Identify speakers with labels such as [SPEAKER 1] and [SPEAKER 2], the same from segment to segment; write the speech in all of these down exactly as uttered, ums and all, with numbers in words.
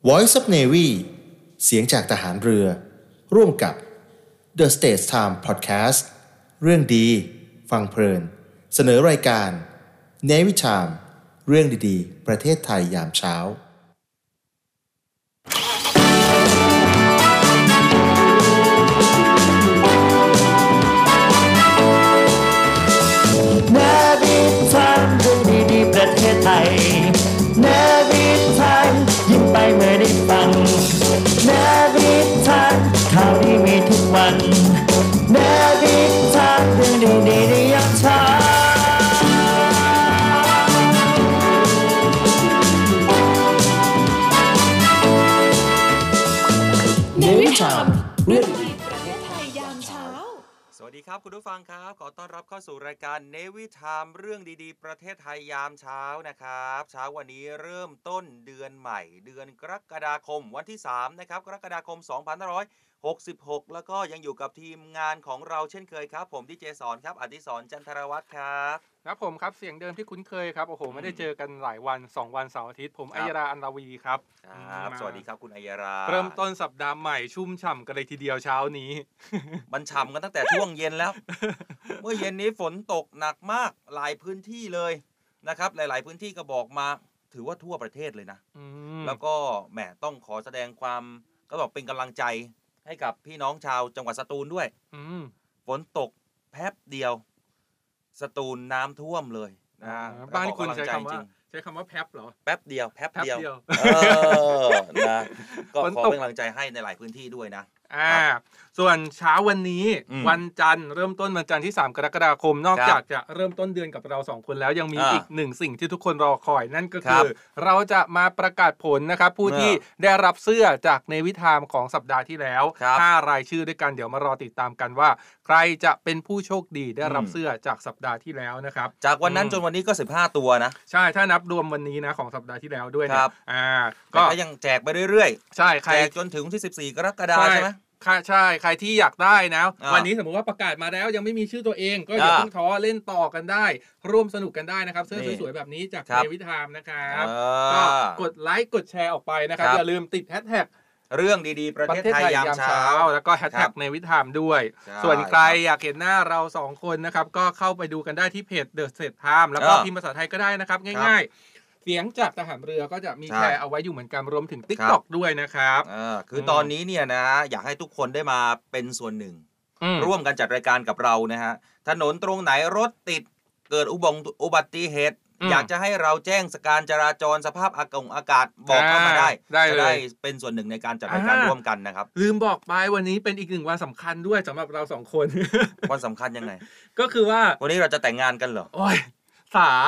[SPEAKER 1] Voice of Navy เสียงจากทหารเรือร่วมกับ The States Time Podcast เรื่องดีฟังเพลินเสนอรายการ Navy Time เรื่องดีๆประเทศไทยยามเช้า
[SPEAKER 2] Navy Time เรื่องดีๆประเทศไทย Navy Time ยิ้มไปเมื่อได้ฟัง Navy Time ข่าวดีมีทุกวัน Navy Time เรื่องดีๆในยามเช้า
[SPEAKER 1] Navy Time เรื่องดี
[SPEAKER 3] ประเทศไทยยามเช้า
[SPEAKER 4] สวัสดีครับคุณผู้ฟังครับขอต้อนรับเข้าสู่รายการ Navy Time เรื่องดีๆประเทศไทยยามเช้านะครับเช้าวันนี้เริ่มต้นเดือนใหม่เดือนกรกฎาคมวันที่สามนะครับกรกฎาคมสองพันห้าร้อยหกสิบหกแล้วก็ยังอยู่กับทีมงานของเราเช่นเคยครับผมดีเจสอนครับอดิศรจันทรวัฒน์ครับ
[SPEAKER 5] ครับผมครับเสียงเดิมที่คุ้นเคยครับโอ้โหไม่ได้เจอกันหลายวันสองวันเสาร์อาทิตย์ผมอัยราอันราวีครับ
[SPEAKER 4] ครับสวัสดีครับคุณอัยรา
[SPEAKER 5] เริ่มต้นสัปดาห์ใหม่ชุ่มฉ่ำกันเลยทีเดียวเช้านี้
[SPEAKER 4] มันฉ่ำกันตั้งแต่ช่วงเย็นแล้ว เมื่อเย็นนี้ฝนตกหนักมากหลายพื้นที่เลยนะครับหลายๆพื้นที่ก็บอกมาถือว่าทั่วประเทศเลยนะแล้วก็แหมต้องขอแสดงความก็บอกเป็นกำลังใจให้กับพี่น้องชาวจังหวัดสตูลด้วยฝนตกแป๊บเดียวสตูลน้ำท่วมเลยนะ
[SPEAKER 5] บ้านคุณใช้คำว่าใช้คำว่าแป๊บเหรอ
[SPEAKER 4] แป๊บเดียวแป๊บเดียวเออนะก็ขอเป็นกำลังใจให้ในหลายพื้นที่ด้วยนะ
[SPEAKER 5] อ่าส่วนเช้าวันนี้วันจันทร์เริ่มต้นวันจันทร์ที่สามกรกฎาคมนอกจากจะเริ่มต้นเดือนกับเราสองคนแล้วยังมีอีกหนึ่งสิ่งที่ทุกคนรอคอยนั่นก็คือเราจะมาประกาศผลนะครับผู้ที่ได้รับเสื้อจากเนวิไทม์ของสัปดาห์ที่แล้วห้ารายชื่อด้วยกันเดี๋ยวมารอติดตามกันว่าใครจะเป็นผู้โชคดีได้รับเสื้อจากสัปดาห์ที่แล้วนะครับ
[SPEAKER 4] จากวันนั้นจนวันนี้ก็สิบห้าตัวนะ
[SPEAKER 5] ใช่ถ้านับรวมวันนี้นะของสัปดาห์ที่แล้วด้วยนะอ่า
[SPEAKER 4] ก็ยังแจกไปเรื่อย
[SPEAKER 5] ๆใช่
[SPEAKER 4] แจกจนถึงวันที่สิบสี่กรกฎาคมใช่ไหม
[SPEAKER 5] ค่ะใช่ใครที่อยากได้นะวันนี้สมมติว่าประกาศมาแล้วยังไม่มีชื่อตัวเองก็อย่าเพิ่งท้อเล่นต่อกันได้ร่วมสนุกกันได้นะครับเสื้อสวยๆแบบนี้จากเนวิไทม์นะครับก็กดไลค์กดแชร์ออกไปนะครับอย่าลืมติดแฮชแท็ก
[SPEAKER 4] เรื่องดีๆประเทศไทยยามเช้า
[SPEAKER 5] แล้วก็แฮชแท็กเนวิไทม์ด้วยส่วนใครอยากเห็นหน้าเราสองคนนะครับก็เข้าไปดูกันได้ที่เพจ The States Time แล้วก็พิมพ์ภาษาไทยก็ได้นะครับง่ายๆเสียงจากทหารเรือก็จะมีแชร์เอาไว้อยู่เหมือนกันรวมถึง TikTok ด้วยนะครับ
[SPEAKER 4] อ่าคือตอนนี้เนี่ยนะอยากให้ทุกคนได้มาเป็นส่วนหนึ่งร่วมกันจัดรายการกับเรานะฮะถนนตรงไหนรถติดเกิดอุบงอุบัติเหตุอยากจะให้เราแจ้งการจราจรสภาพอากาศอากาศบอกเข้ามาได้จะได้เป็นส่วนหนึ่งในการจัดรายการร่วมกันนะครับ
[SPEAKER 5] ลืมบอกไปวันนี้เป็นอีกหนึ่งวันสำคัญด้วยสำหรับเราสองคน
[SPEAKER 4] วันสำคัญยังไง
[SPEAKER 5] ก็คือว่า
[SPEAKER 4] วันนี้เราจะแต่งงานกันเหรอ
[SPEAKER 5] โอ้ยสา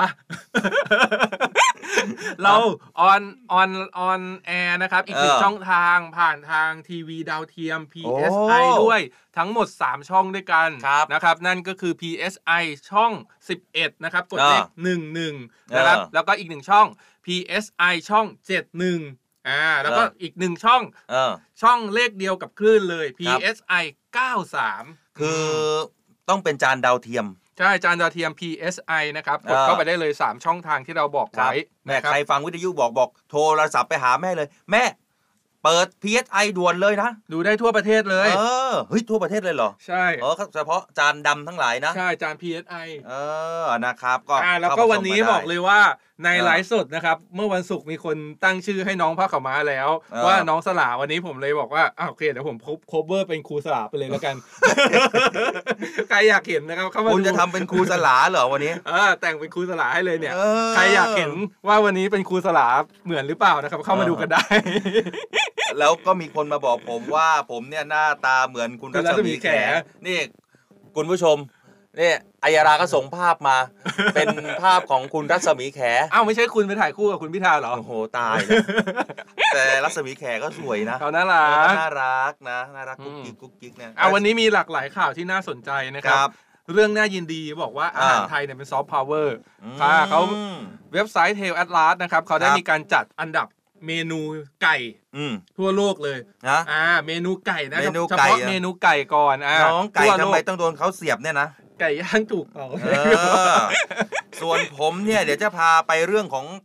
[SPEAKER 5] เราออนออนออนแอร์นะครับอีกหนึ่งช่องทางผ่านทางทีวีดาวเทียม พี เอส ไอ ด้วยทั้งหมดสามช่องด้วยกันนะครับนั่นก็คือ พี เอส ไอ ช่องสิบเอ็ดนะครับกดเลขหนึ่งหนึ่งนะครับแล้วก็อีกหนึ่งช่อง พี เอส ไอ ช่องเจ็ดสิบเอ็ดอ่าแล้วก็อีกหนึ่งช่องช่องเลขเดียวกับคลื่นเลย พี เอส ไอ เก้าสิบสาม
[SPEAKER 4] คือต้องเป็นจานดาวเทียม
[SPEAKER 5] ใช่จานดาวเทียม พี เอส ไอ นะครับกดเข้าไปได้เลยสามช่องทางที่เราบอกไว้
[SPEAKER 4] แม่ใครฟังวิทยุบอกบอกโทรศัพท์ไปหาแม่เลยแม่เปิด พี เอส ไอ ด่วนเลยนะ
[SPEAKER 5] ดูได้ทั่วประเทศเลย
[SPEAKER 4] เออเฮ้ยทั่วประเทศเลยเหรอ
[SPEAKER 5] ใช่
[SPEAKER 4] เออเฉพาะจานดำทั้งหลายนะ
[SPEAKER 5] ใช่จาน พี เอส ไอ
[SPEAKER 4] เออนะครับก็
[SPEAKER 5] อ่าแล้วก็วันนี้บอกเลยว่าในไลฟ์สดนะครับเมื่อวันศุกร์มีคนตั้งชื่อให้น้องผ้าขาวม้าแล้วว่าน้องสลาวันนี้ผมเลยบอกว่าอ้าวโอเคเดี๋ยวผมโคเวอร์เป็นครูสลาไปเลยแล้วกันใครอยากเห็นนะครับเข้ามาดู
[SPEAKER 4] คุณจะทำเป็นครูสลาเหรอวันนี้
[SPEAKER 5] เออแต่งเป็นครูสลาให้เลยเนี่ยใครอยากเห็นว่าวันนี้เป็นครูสลาเหมือนหรือเปล่านะครับเข้ามาดูกันได้
[SPEAKER 4] แล้วก็มีคนมาบอกผมว่าผมเนี่ยหน้าตาเหมือนคุณรัศมีแขนี่คุณผู้ชมนี่อัยราก็ส่งภาพมาเป็นภาพของคุณรัศมีแข
[SPEAKER 5] อ้าวไม่ใช่คุณไปถ่ายคู่กับคุณพิธาเหรอ
[SPEAKER 4] โอ้โหตายเลยแต่รัศมีแขก็สวยนะ
[SPEAKER 5] เขาน่ารัก
[SPEAKER 4] น่ารักนะน่ารักกุ๊กกิ๊กกุ๊กกิ๊กเนี่ย
[SPEAKER 5] อ่ะวันนี้มีหลากหลายข่าวที่น่าสนใจนะครับเรื่องน่ายินดีบอกว่าอาหารไทยเนี่ยเป็นซอฟต์พาวเวอร์ค่ะเขาเว็บไซต์ Tail Atlas นะครับเขาได้มีการจัดอันดับเมนูไก่ทั่วโลกเลยอ่าเมนูไก่นะเฉพาะเมนูไก่ก่อนอ่า
[SPEAKER 4] น้องไก่ทำไมต้องโดนเขาเสียบเนี่ยนะ
[SPEAKER 5] ไก่ย่างถูกเผา
[SPEAKER 4] ส่วนผมเนี่ยเดี๋ยวจะพาไปเรื่องของพ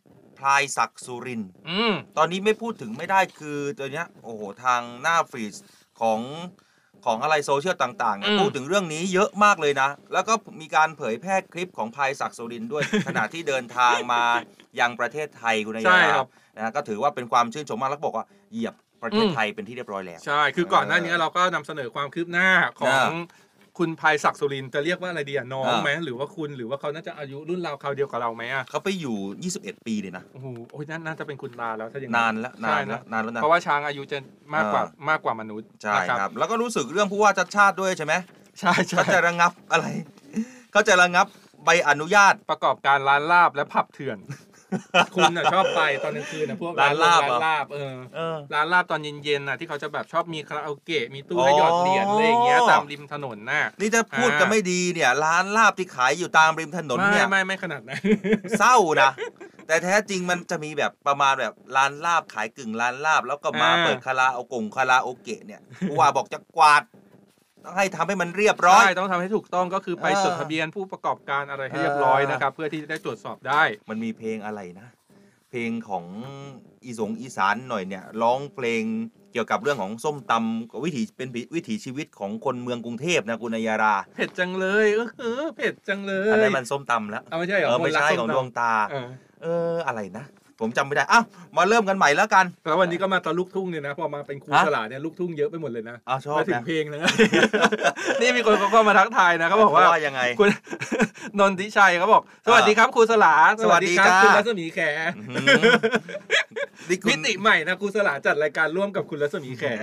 [SPEAKER 4] ลายศักดิ์สุรินทร์ตอนนี้ไม่พูดถึงไม่ได้คือตัวเนี้ยโอ้โหทางหน้าฟีดของของอะไรโซเชียลต่างๆเนี่ยพูดถึงเรื่องนี้เยอะมากเลยนะแล้วก็มีการเผยแพร่คลิปของพลายศักดิ์สุรินทร์ด้วย ขณะที่เดินทางมายังประเทศไทยคุณนายานะก็ถือว่าเป็นความชื่นชมมากแล้วบอกว่าเหยียบประเทศไทยเป็นที่เรียบร้อยแล้ว
[SPEAKER 5] ใช่คือก่อนหน้านี้เราก็นำเสนอความคืบหน้าของคุณพลายศักดิ์สุรินทร์จะเรียกว่าอะไรดีอ่ะน้องไหมหรือว่าคุณหรือว่าเขาน่าจะอายุรุ่นราวคราวเดียวกับเราไหมอ่ะ
[SPEAKER 4] เขาไปอยู่ยี่สิบเอ็ดปีเลยนะ
[SPEAKER 5] โอ้โหโอ้ยน่าจะเป็นคุณตาแล้วถ้าอย่าง
[SPEAKER 4] นานแล้วนานแล้วนานแล้วนะ
[SPEAKER 5] เพราะว่าช้างอายุจะมากกว่ามากกว่ามนุษย์
[SPEAKER 4] ใช่ครับแล้วก็รู้สึกเรื่องผู้ว่าชัดชาติด้วยใช่ไหม
[SPEAKER 5] ใช่
[SPEAKER 4] เขาจะระงับอะไรเขาจะระงับใบอนุญาต
[SPEAKER 5] ประกอบการร้านลาบและผับเถื่อนคุณน่ะชอบไปตอนกลางคืนนะพวก
[SPEAKER 4] ร้านลาบ
[SPEAKER 5] ร้านลาบเออร้านลาบตอนเย็นๆน่ะที่เขาจะแบบชอบมีคาราโอเกะมีตู้ให้หยอดเหรียญอะไรอย่างเงี้ยตามริมถนนน่ะ
[SPEAKER 4] นี่ถ้าพูดกันไม่ดีเนี่ยร้านลาบที่ขายอยู่ตามริมถนนเนี่ย
[SPEAKER 5] ไม่ไม่ขนาดนั้น
[SPEAKER 4] เศร้านะแต่แท้จริงมันจะมีแบบประมาณแบบร้านลาบขายกึ่งร้านลาบแล้วก็มาเปิดคาราโอกงคาราโอเกะเนี่ยผู้ว่าบอกจะกวาดต้องให้ทำให้มันเรียบร้อย
[SPEAKER 5] ใช่ต้องทำให้ถูกต้องก็คือไปจดทะเบียนผู้ประกอบการอะไรให้เรียบร้อยนะครับเพื่อที่จะได้ตรวจสอบได้
[SPEAKER 4] มันมีเพลงอะไรนะเพลงของอีสงอีสานหน่อยเนี่ยร้องเพลงเกี่ยวกับเรื่องของส้มตำวิถีเป็นวิถีชีวิตของคนเมืองกรุงเทพนะคุณนายารา
[SPEAKER 5] เผ็ดจังเลยเออเผ็ดจังเลย
[SPEAKER 4] อันนั้นมันส้มตำแล้ว
[SPEAKER 5] ไม่ใช่เหรอ
[SPEAKER 4] เออไม่ใช่ของดวงตาเอออะไรนะผมจำไม่ได้อ้าวมาเริ่มกันใหม่แล้วกัน
[SPEAKER 5] แล้ววันนี้ก็มาตอนลูกทุ่งเนี่ยนะพอมาเป็นครูสลาเนี่ยลูกทุ่งเยอะไปหมดเลยนะ
[SPEAKER 4] อ้าวชอบ
[SPEAKER 5] มาถึงเพลงนะนี่มีคนเขาก็มาทักทายนะเขาบอกว่า
[SPEAKER 4] ยังไง
[SPEAKER 5] คุณนนทิชัยเขาบอกสวัสดีครับครูสลา
[SPEAKER 4] สวัสดีครับ
[SPEAKER 5] คุณรัศมีแขมิติใหม่นะครูสลาจัดรายการร่วมกับคุณรัศมีแข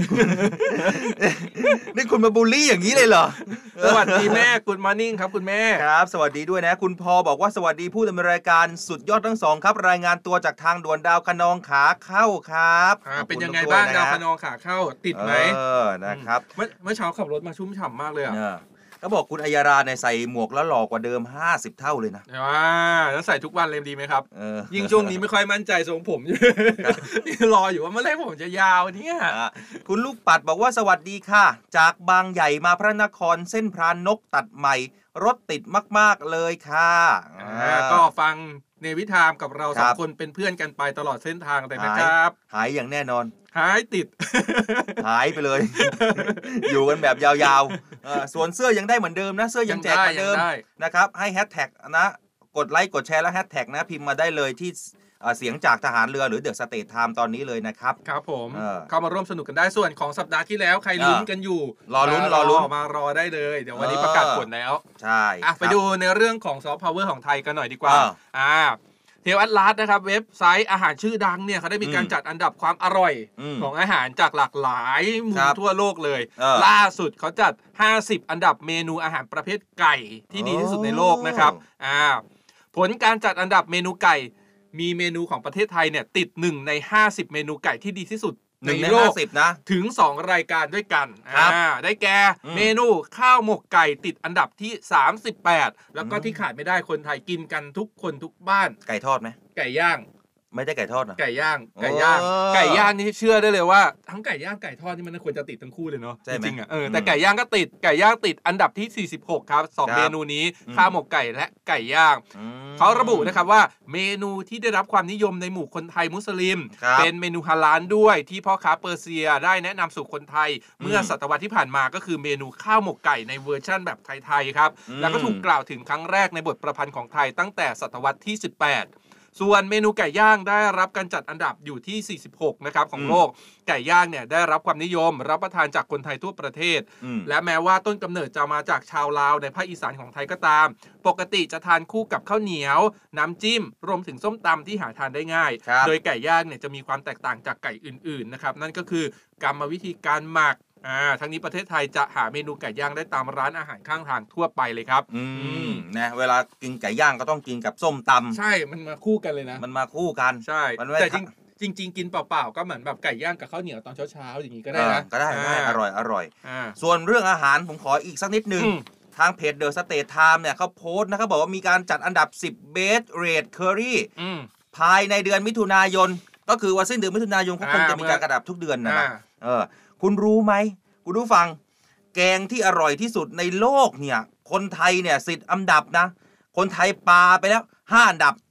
[SPEAKER 4] นี่คุณมาบูลลี่อย่างนี้เลยเหรอ
[SPEAKER 5] สวัสดีแม่กูดมอร์นิ่งครับคุณแม่
[SPEAKER 4] ครับสวัสดีด้วยนะคุณพอบอกว่าสวัสดีผู้ดำเนินรายการสุดยอดทั้งสองครับรายงานตัวจากทางด่วนดาวคะนองขาเข้าครับ
[SPEAKER 5] เป็นยังไงบ้างดาวคะนองขาเข้าติดไหม
[SPEAKER 4] เออนะครับ
[SPEAKER 5] เมื่อเช้าขับรถมาชุ่มฉ่ำมากเลยอ่ะ
[SPEAKER 4] เขาบอกคุณอัยราเนี่ยใส่หมวกแล้วหล่อกว่าเดิมห้าสิบเท่าเลยนะ
[SPEAKER 5] ว้าแล้วใส่ทุกวันเลยดีไหมครับยิ่งช่วงนี้ไม่ค่อยมั่นใจทรงผมอยู่รออยู่ว่าเมื่อไหร่ผมจะยาวเนี่ย
[SPEAKER 4] คุณลูกปัดบอกว่าสวัสดีค่ะจากบางใหญ่มาพระนครเส้นพรานนกตัดใหม่รถติดมากๆเลยค่ะ
[SPEAKER 5] ก็ฟังเนวิทามกับเราสองคนเป็นเพื่อนกันไปตลอดเส้นทางแต่นะครับ
[SPEAKER 4] หายอย่างแน่นอน
[SPEAKER 5] หายติด
[SPEAKER 4] หายไปเลยอยู่กันแบบยาวๆส่วนเสื้อยังได้เหมือนเดิมนะเสื้อยังแจกเหมือนเดิมนะครับให้แฮชแท็กนะกดไลค์กดแชร์แล้วแฮชแท็กนะพิมพ์มาได้เลยที่เสียงจากทหารเรือหรือเดอะสเตทไทม์ตอนนี้เลยนะครับ
[SPEAKER 5] ครับผมเข้ามาร่วมสนุกกันได้ส่วนของสัปดาห์ที่แล้วใครลุ้นกันอยู่
[SPEAKER 4] รอลุ้นรอลุ้น
[SPEAKER 5] มารอได้เลยเดี๋ยววันนี้ประกาศผลแล้ว
[SPEAKER 4] ใช่
[SPEAKER 5] ไปดูในเรื่องของซอฟต์พาวเวอร์ของไทยกันหน่อยดีกว่าอ่าเทวอัตลัสนะครับเว็บไซต์อาหารชื่อดังเนี่ยเขาได้มีการจัดอันดับความอร่อยของอาหารจากหลากหลายมุมทั่วโลกเลยล่าสุดเขาจัดห้าสิบอันดับเมนูอาหารประเภทไก่ที่ดีที่สุดในโลกนะครับอ่าผลการจัดอันดับเมนูไก่มีเมนูของประเทศไทยเนี่ยติดหนึ่งในห้าสิบเมนูไก่ที่ดีที่สุดในโลก
[SPEAKER 4] นะ
[SPEAKER 5] ถึงสองรายการด้วยกันอ่าได้แก่เมนูข้าวหมกไก่ติดอันดับที่สามสิบแปดแล้วก็ที่ขาดไม่ได้คนไทยกินกันทุกคนทุกบ้าน
[SPEAKER 4] ไก่ทอดไหม
[SPEAKER 5] ไก่ย่าง
[SPEAKER 4] ไม่ได้ไก่ทอดนะ
[SPEAKER 5] ไก่ย่างไก่ย่างไก่ย่างนี่เชื่อได้เลยว่าทั้งไก่ย่างไก่ทอดนี่มันควรจะติดทั้งคู่เลยเนาะจริงๆอ่ะเออแต่ไก่ย่างก็ติดไก่ย่างติดอันดับที่สี่สิบหกครับสองเมนูนี้ข้าวหมกไก่และไก่ย่างเขาระบุนะครับว่าเมนูที่ได้รับความนิยมในหมู่คนไทยมุสลิมเป็นเมนูฮาลาลด้วยที่พ่อค้าเปอร์เซียได้แนะนำสู่คนไทยเมื่อศตวรรษที่ผ่านมาก็คือเมนูข้าวหมกไก่ในเวอร์ชั่นแบบไทยๆครับแล้วก็ถูกกล่าวถึงครั้งแรกในบทประพันธ์ของไทยตั้งแต่ศตวรรษที่สิบแปดส่วนเมนูไก่ย่างได้รับการจัดอันดับอยู่ที่สี่สิบหกนะครับของโลกไก่ย่างเนี่ยได้รับความนิยมรับประทานจากคนไทยทั่วประเทศและแม้ว่าต้นกำเนิดจะมาจากชาวลาวในภาคอีสานของไทยก็ตามปกติจะทานคู่กับข้าวเหนียวน้ำจิ้มรวมถึงส้มตำที่หาทานได้ง่ายโดยไก่ย่างเนี่ยจะมีความแตกต่างจากไก่อื่นๆนะครับนั่นก็คือกรรมวิธีการหมักอ่าทั้งนี้ประเทศไทยจะหาเมนูไก่ย่างได้ตามร้านอาหารข้างทางทั่วไปเลยครับ
[SPEAKER 4] อืมนะเวลากินไก่ย่างก็ต้องกินกับส้มตำ
[SPEAKER 5] ใช่มันมาคู่กันเลยนะ
[SPEAKER 4] มันมาคู่กัน
[SPEAKER 5] ใช่แต่จริงจริงๆกินเปล่าๆก็เหมือนแบบไก่ย่างกับข้าวเหนียวตอนเช้าๆอย่างนี้ก็ได้นะ
[SPEAKER 4] ก็ได้ได้อร่อยอร่อยส่วนเรื่องอาหารผมขออีกสักนิดนึงทางเพจ The State Time เนี่ยเขาโพสต์นะครับบอกว่ามีการจัดอันดับสิบ Best Red Curry ภายในเดือนมิถุนายนก็คือว่าสิ้นเดือนมิถุนายนเขาคงจะมีการกระดับทุกเดือนนะเออคุณรู้ไหมคุณรู้ฟังแกงที่อร่อยที่สุดในโลกเนี่ยคนไทยเนี่ยสิบอันดับนะคนไทยปาไปแล้วห้าอันดับ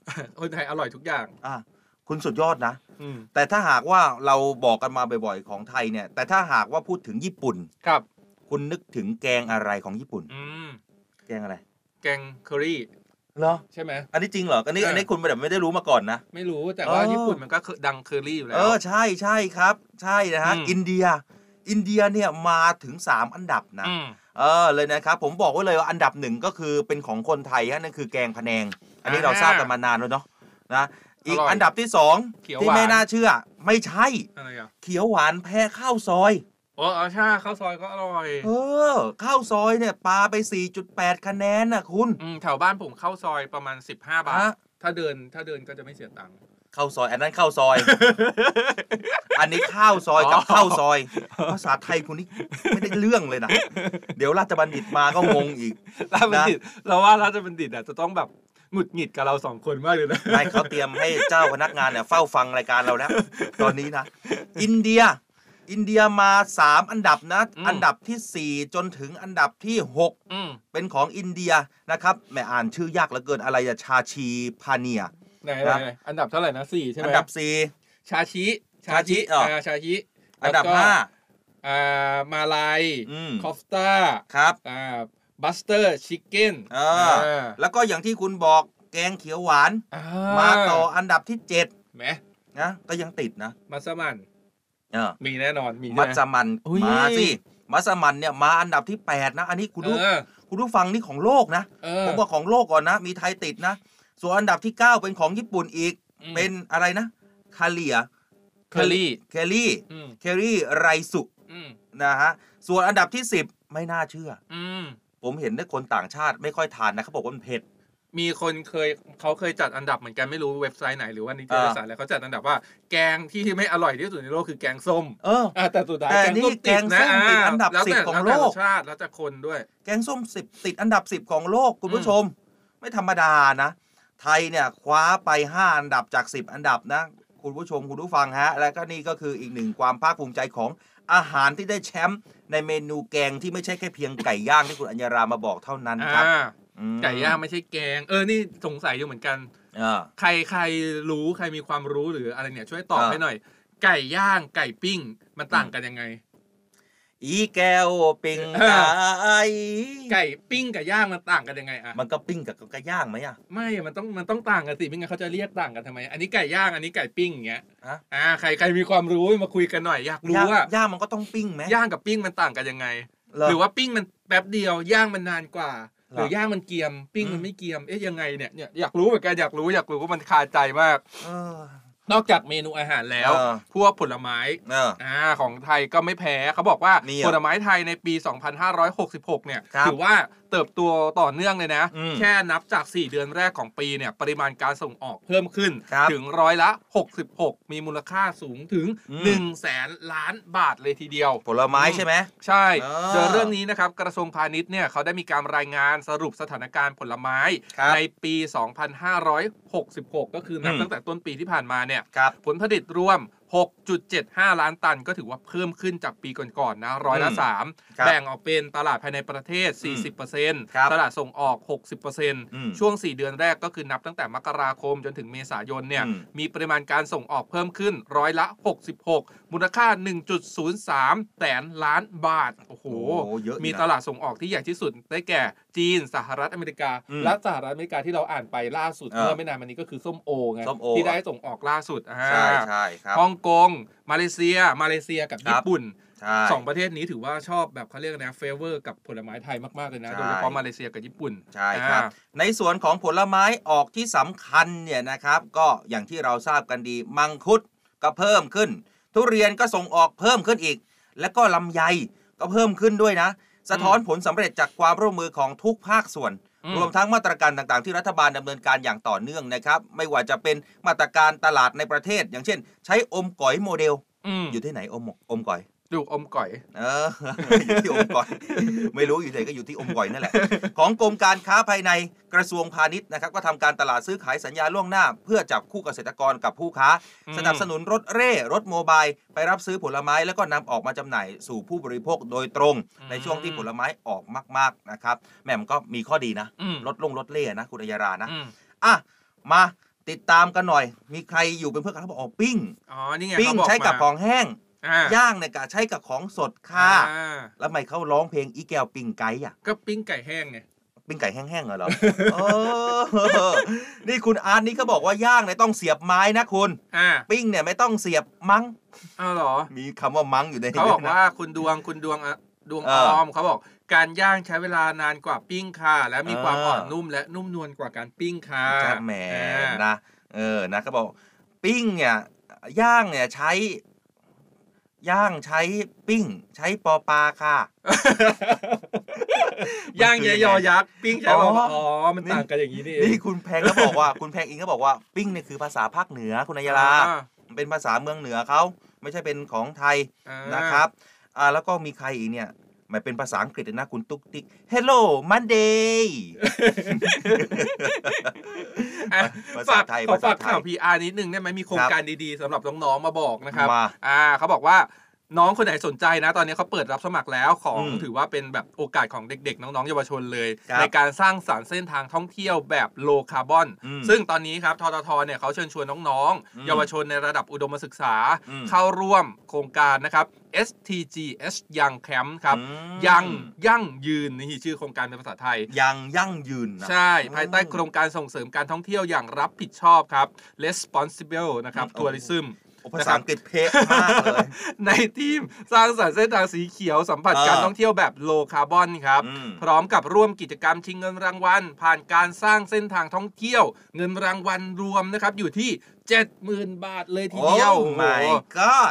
[SPEAKER 5] คนไทยอร่อยทุกอย่าง
[SPEAKER 4] อ่ะคุณสุดยอดนะแต่ถ้าหากว่าเราบอกกันมาบ่อยๆของไทยเนี่ยแต่ถ้าหากว่าพูดถึงญี่ปุ่น
[SPEAKER 5] ครับ
[SPEAKER 4] คุณนึกถึงแกงอะไรของญี่ปุ่นแกงอะไร
[SPEAKER 5] แกงเคอรี่
[SPEAKER 4] เหรอ
[SPEAKER 5] ใช่ไหม
[SPEAKER 4] อันนี้จริงเหรออันนี้อันนี้คุณแบบไม่ได้รู้มาก่อนนะ
[SPEAKER 5] ไม่รู้แต่ว่าญี่ปุ่นมันก็ดังเคอรี่อยู่แล้ว
[SPEAKER 4] เออใช่ใช่ครับใช่นะฮะอินเดียอินเดียเนี่ยมาถึงสามอันดับนะเออเลยนะครับผมบอกไว้เลยว่าอันดับหนึ่งก็คือเป็นของคนไทยฮะนั่นคือแกงพะแนงอันนี้เราทราบกันมานานแล้วเนาะนะอีกอันดับที่สองที่ไม่น่าเชื่อไม่ใช่เขียวหวานแพ้ข้าวซอย
[SPEAKER 5] อ๋อใช่ข้าวซอยก็อร่อย
[SPEAKER 4] เออข้าวซอยเนี่ยปาไป สี่จุดแปด คะแนนน่ะคุณ
[SPEAKER 5] แถวบ้านผมข้าวซอยประมาณสิบห้าบาทถ้าเดินถ้าเดินก็จะไม่เสียตังค์
[SPEAKER 4] ข้าวซอยอันนั้นข้าวซอยอันนี้ข้าวซอยกับข้าวซอยภาษาไทยคุณนี่ไม่ได้เรื่องเลยนะเดี๋ยวราชบัณฑิตมาก็งงอีก
[SPEAKER 5] ราชบัณฑิตเราว่าราชบัณฑิตอ่ะจะต้องแบบหงุดหงิดกับเราสองคนมากเลยนะ
[SPEAKER 4] ไม่เขาเตรียมให้เจ้าพนักงานเนี่ยเฝ้าฟังรายการเราแล้วตอนนี้นะอินเดียอินเดียมาสามอันดับนะอันดับที่สี่จนถึงอันดับที่หกเป็นของอินเดียนะครับแม่อ่านชื่อยากเหลือเกินอะไรอะชาชีพาเนีย
[SPEAKER 5] ไหนอันดับเท่าไหร่นะสี่ใช่ไหม
[SPEAKER 4] อันดับสี่
[SPEAKER 5] ชาชิ
[SPEAKER 4] ชาชิอ๋อ
[SPEAKER 5] ชาชิ
[SPEAKER 4] อันดับห้า
[SPEAKER 5] อ่ามาลายคอฟตา
[SPEAKER 4] ครับ
[SPEAKER 5] อ่าบัสเตอร์ชิคเก้น
[SPEAKER 4] อ่าแล้วก็อย่างที่คุณบอกแกงเขียวหวานมาต่ออันดับที่เจ็ด
[SPEAKER 5] แหม
[SPEAKER 4] นะก็ยังติดนะ
[SPEAKER 5] มัสมั่นมีแน่นอนมี
[SPEAKER 4] มัสมั่นมาสิมัสมั่นเนี่ยมาอันดับที่แปดนะอันนี้คุณดูคุณผู้ฟังนี่ของโลกนะผมว่าของโลกก่อนนะมีไทยติดนะส่วนอันดับที่เก้าเป็นของญี่ปุ่นอีกเป็นอะไรนะคาเลีย
[SPEAKER 5] เคอรี่
[SPEAKER 4] เคอรี่เคอรี่ไรสุนะฮะส่วนอันดับที่สิบไม่น่าเชื่อผมเห็นได้คนต่างชาติไม่ค่อยทานนะเขาบอกว่ามันเผ็ด
[SPEAKER 5] มีคนเคยเขาเคยจัดอันดับเหมือนกันไม่รู้เว็บไซต์ไหนหรือว่านิตยสารอะไรเขาจัดอันดับว่าแกงที่ไม่อร่อยที่สุดในโลกคือแกงส้ม
[SPEAKER 4] เออ
[SPEAKER 5] แต่สุดท้าย
[SPEAKER 4] แกงส้มติดนะอันดับสิบของโลก
[SPEAKER 5] ชาติแล้วจะคนด้วย
[SPEAKER 4] แกงส้มสิบติดอันดับสิบของโลกคุณผู้ชมไม่ธรรมดานะไทยเนี่ยคว้าไปห้าอันดับจากสิบอันดับนะคุณผู้ชมคุณผู้ฟังฮะและก็นี่ก็คืออีกหนึ่งความภาคภูมิใจของอาหารที่ได้แชมป์ในเมนูแกงที่ไม่ใช่แค่เพียงไก่ย่างที่คุณอัญญารามาบอกเท่านั้นครับ
[SPEAKER 5] ไก่ย่างไม่ใช่แกงเออนี่สงสัยอยู่เหมือนกันใครใครรู้ใครมีความรู้หรืออะไรเนี่ยช่วยตอบให้หน่อยไก่ย่างไก่ปิ้งมันต่างกันยังไง
[SPEAKER 4] อีแก้วปิ้งไก่
[SPEAKER 5] ไก่ปิ้งกับย่างมันต่างกันยังไงอ่ะ
[SPEAKER 4] มันก็ปิ้งกับไก่ย่างไหมอ่ะ
[SPEAKER 5] ไม่มันต้องมันต้องต่างกันสิไม่งั้นเขาจะเรียกต่างกันทำไมอันนี้ไก่ย่างอันนี้ไก่ปิ้งอย่างเงี้ยอ่าใครใครมีความรู้มาคุยกันหน่อยอยากรู้ว่า
[SPEAKER 4] ย่างมันก็ต้องปิ้งไหม
[SPEAKER 5] ย่างกับปิ้งมันต่างกันยังไงหรือว่าปิ้งมันแป๊บเดียวย่างมันนานกว่าหรือย่างมันเกียมปิ้งมันไม่เกียมเอ๊ะยังไงเนี่ยเนี่ยอยากรู้เหมือนกันอยากรู้อยากรู้ว่ามันคาใจมากนอกจากเมนูอาหารแล้วพวกผลไม้อ่าของไทยก็ไม่แพ้เขาบอกว่าผลไม้ไทยในปีสองพันห้าร้อยหกสิบหกเนี่ยถือว่าเติบโตต่อเนื่องเลยนะแค่นับจากสี่เดือนแรกของปีเนี่ยปริมาณการส่งออกเพิ่มขึ้นถึงร้อยละหกสิบหกมีมูลค่าสูงถึง หนึ่งแสน ล้านบาทเลยทีเดียว
[SPEAKER 4] ผลไม้ใช่ไหม
[SPEAKER 5] ใช่โดยเรื่องนี้นะครับกระทรวงพาณิชย์เนี่ยเขาได้มีการรายงานสรุปสถานการณ์ผลไม้ในปีสองพันห้าร้อยหกสิบหกก็คือนับตั้งแต่ต้นปีที่ผ่านมาเนี่ยผลผลิตรวม หกจุดเจ็ดห้า ล้านตันก็ถือว่าเพิ่มขึ้นจากปีก่อนๆนะร้อยละสามแบ่งออกเป็นตลาดภายในประเทศ สี่สิบเปอร์เซ็นต์ ตลาดส่งออก หกสิบเปอร์เซ็นต์ ช่วงสี่เดือนแรกก็คือนับตั้งแต่มกราคมจนถึงเมษายนเนี่ยมีปริมาณการส่งออกเพิ่มขึ้นร้อยละหกสิบหกมูลค่า หนึ่งจุดศูนย์สาม แสนล้านบาทโอ้โหมีตลาดส่งออกที่ใหญ่ที่สุดได้แก่จีนสหรัฐอเมริกาและสหรัฐอเมริกาที่เราอ่านไปล่าสุดเมื่อไม่นานมานี้ก็คือส้มโอไงที่ได้ส่งออกล่าสุด
[SPEAKER 4] ใช่ใช่ครับ
[SPEAKER 5] ฮ่องกงมาเลเซียมาเลเซียกับญี่ปุ่นสองประเทศนี้ถือว่าชอบแบบเขาเรียกนะเฟเวอร์กับผลไม้ไทยมากๆเลยนะโดยเฉพาะมาเลเซียกับญี่ปุ่น
[SPEAKER 4] ใช่ครับในส่วนของผลไม้ออกที่สำคัญเนี่ยนะครับก็อย่างที่เราทราบกันดีมังคุดก็เพิ่มขึ้นทุเรียนก็ส่งออกเพิ่มขึ้นอีกและก็ลำไยก็เพิ่มขึ้นด้วยนะสะท้อนผลสำเร็จจากความร่วมมือของทุกภาคส่วนรวมทั้งมาตรการต่างๆที่รัฐบาลดำเนินการอย่างต่อเนื่องนะครับไม่ว่าจะเป็นมาตรการตลาดในประเทศอย่างเช่นใช้อมก๋อยโมเดลอยู่ที่ไหนอมอมก๋อย
[SPEAKER 5] อยู่อมก๋อย
[SPEAKER 4] เอออยู่ที่อมก๋อยไม่รู้อยู่ไหนก็อยู่ที่อมก๋อยนั่นแหละของกรมการค้าภายในกระทรวงพาณิชย์นะครับก็ทำการตลาดซื้อขายสัญญาล่วงหน้าเพื่อจับคู่เกษตรกรกับผู้ค้าสนับสนุนรถเร่รถโมบายไปรับซื้อผลไม้แล้วก็นำออกมาจำหน่ายสู่ผู้บริโภคโดยตรงในช่วงที่ผลไม้ออกมากๆนะครับแม่มก็มีข้อดีนะลดลงลดเล่นะคุณอัยรานะอ่ะมาติดตามกันหน่อยมีใครอยู่เป็นเพื่อนกันเขาบอกอ๋อปิ้ง
[SPEAKER 5] อ๋อนี่ไง
[SPEAKER 4] ปิ้งใช้กับของแห้งย่างเนี่ยกะใช้กับของสดค่ะแล้วทำไมเขาร้องเพลงอีแก้วปิ้งไก่อ่ะ
[SPEAKER 5] ก็ปิ้งไก่แห้งไง
[SPEAKER 4] ปิ้งไก่แห้งๆเหรอเออนี่คุณอาร์ตนี่เขาบอกว่าย่างเนี่ยต้องเสียบไม้นะคุณปิ้งเนี่ยไม่ต้องเสียบมั้ง
[SPEAKER 5] อ้าวเหรอ
[SPEAKER 4] มีคำว่ามั้งอยู่ใน
[SPEAKER 5] เขาบอกว่าคุณดวงคุณดวงดวงออมเขาบอกการย่างใช้เวลานานกว่าปิ้งค่ะและมีความอ่อนนุ่มและนุ่มนวลกว่าการปิ้งค่ะ
[SPEAKER 4] แหมนะเออนะเขาบอกปิ้งเนี่ยย่างเนี่ยใช้ย่างใช้ปิ้งใช้ปอปลาค่ะ
[SPEAKER 5] ย่างยยอยักษ์ปิ้งใช้ปอปลาอ๋อมันต่างกันอย่างนี้นี่
[SPEAKER 4] นี่คุณแพงก็บอกว่าคุณแพงอิงก็บอกว่าปิ้งเนี่ยคือภาษาภาคเหนือคุณนายราเป็นภาษาเมืองเหนือเขาไม่ใช่เป็นของไทยนะครับอ่าแล้วก็มีใครอีกเนี่ยหมายเป็นภาษาอังกฤษนะคุณตุ๊กติ๊ก Hello Monday ภาษาไทย
[SPEAKER 5] ภาษาไทยข่าว พี อาร์ นิดนึงได้ไหมมีโครงการดีๆสำหรับน้องๆมาบอกนะครับอ่าเขาบอกว่าน้องคนไหนสนใจนะตอนนี้เขาเปิดรับสมัครแล้วของถือว่าเป็นแบบโอกาสของเด็กๆน้องๆเยาวชนเลยในการสร้างสรรค์เส้นทางท่องเที่ยวแบบโลคาร์บอนซึ่งตอนนี้ครับทททเนี่ยเขาเชิญชวนน้องๆเยาวชนในระดับอุดมศึกษาเข้าร่วมโครงการนะครับ เอส ที จี เอส Young Camp ครับยังยั่งยืนนี่ชื่อโครงการเป็นภาษาไทย
[SPEAKER 4] ยังยั่งยืน
[SPEAKER 5] ใช่ภายใต้โครงการส่งเสริมการท่องเที่ยวอย่างรับผิดชอบครับ responsible นะครับ tourism
[SPEAKER 4] ภาษาอังกฤษเป๊ะมากเลย
[SPEAKER 5] ในทีมสร้างสรรค์เส้นทางสีเขียวสัมผัสการท่องเที่ยวแบบโลคาร์บอนครับพร้อมกับร่วมกิจกรรมชิงเงินรางวัลผ่านการสร้างเส้นทางท่องเที่ยวเงินรางวัลรวมนะครับอยู่ที่ เจ็ดหมื่น บาทเลยทีเดียว
[SPEAKER 4] Oh my god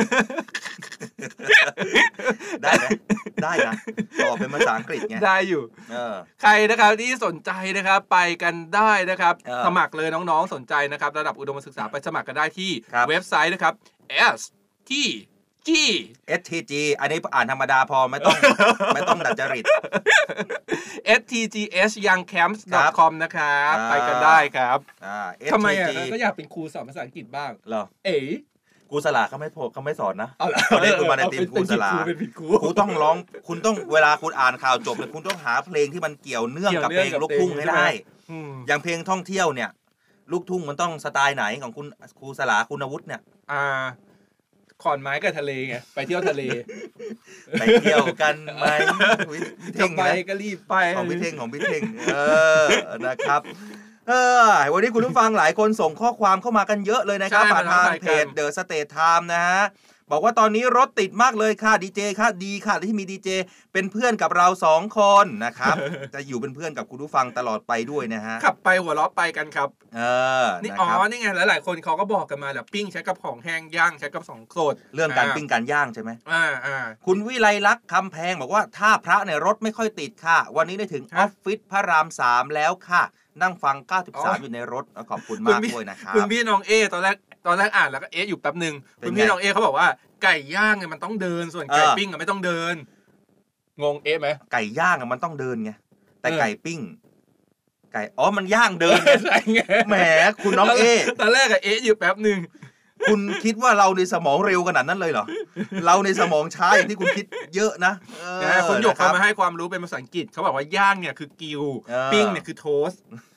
[SPEAKER 4] ได้ไหมได้นะต่อเป็นภาษาอังกฤษไง
[SPEAKER 5] ได้อยู่ใครนะครับที่สนใจนะครับไปกันได้นะครับสมัครเลยน้องๆสนใจนะครับระดับอุดมศึกษาไปสมัครกันได้ที่เว็บไซต์นะครับ S T G
[SPEAKER 4] เอส ที จี อันนี้อ่านธรรมดาพอไม่ต้องไม่ต้องดัดจริต
[SPEAKER 5] เอส ที จี เอส ยัง แคมป์ ดอท คอม นะครับไปกันได้ครับทำไมอ่ะก็อยากเป็นครูสอนภาษาอังกฤษบ้าง
[SPEAKER 4] เหรอ
[SPEAKER 5] เอ๋
[SPEAKER 4] ครูสลาเขาไม่เขาไม่สอนนะเขาเรียกคุณมาในทีมครูสลาครูต้องร้องคุณต้องเวลาคุณอ่านข่าวจบเนี่ยคุณต้องหาเพลงที่มันเกี่ยวเนื่องกับเพลงลูกทุ่งให้ได้อย่างเพลงท่องเที่ยวเนี่ยลูกทุ่งมันต้องสไตล์ไหนของคุณครูสลาคุณวุฒิเนี่ย
[SPEAKER 5] อ่าขอนไม้กับทะเลไงไปเที่ยวทะเล
[SPEAKER 4] ไปเที่ยวกันไหม
[SPEAKER 5] จะไปก็รีบไป
[SPEAKER 4] ของพี่เท่งของพี่เท่งเออนะครับเออวันนี้คุณผู้ฟังหลายคนส่งข้อความเข้ามากันเยอะเลยนะครับผ่านทางเพจ The State Time นะฮะบอกว่าตอนนี้รถติดมากเลยค่ะดีเจค่ะดีค่ะที่มีดีเจเป็นเพื่อนกับเราสองคนนะครับจะอยู่เป็นเพื่อนกับคุณผู้ฟังตลอดไปด้วยนะฮะ
[SPEAKER 5] ขับไปหัวเราะไปกันครับ
[SPEAKER 4] เออ
[SPEAKER 5] นี่อ๋อนี่ไงหลายๆคนเขาก็บอกกันมาแบบปิ้งใช้กับของแห้งย่างใช้กับสองสด
[SPEAKER 4] เรื่องการปิ้งการย่างใช่ไหม
[SPEAKER 5] อ่าอ่า
[SPEAKER 4] คุณวิไลลักษณ์คำแพงบอกว่าถ้าพระเนี่ยรถไม่ค่อยติดค่ะวันนี้ได้ถึงออฟฟิศพระรามสามแล้วค่ะนั่งฟังเก้าสิบสามอยู่ในรถขอบคุณมากด้วยนะครับ
[SPEAKER 5] คุณพี่น้องเอตอนแรกตอนแรกอ่านแล้วก็เอ๊ะอยู่แป๊บนึงคุณพี่น้องเอเขาบอกว่าไก่ย่างเนี่ยมันต้องเดินส่วนไก่ปิ้งอ่ะไม่ต้องเดินงงเอ๊ะไหม
[SPEAKER 4] ไก่ย่างอ่ะมันต้องเดินไงแต่ไก่ปิ้งไก่อ๋อมันย่างเดินไงแหมคุณน้องเอ
[SPEAKER 5] ตอนแรกอะเอ๊ะอยู่แป๊บนึง
[SPEAKER 4] คุณคิดว่าเราในสมองเร็วขนาดนั้นเลยเหรอเราในสมองช้าอย่างที่คุณคิดเยอะนะ
[SPEAKER 5] คนหยกเขามาให้ความรู้เป็นภาษาอังกฤษเขาบอกว่าย่างเนี่ยคือกิวปิ้งเนี่ยคือโทส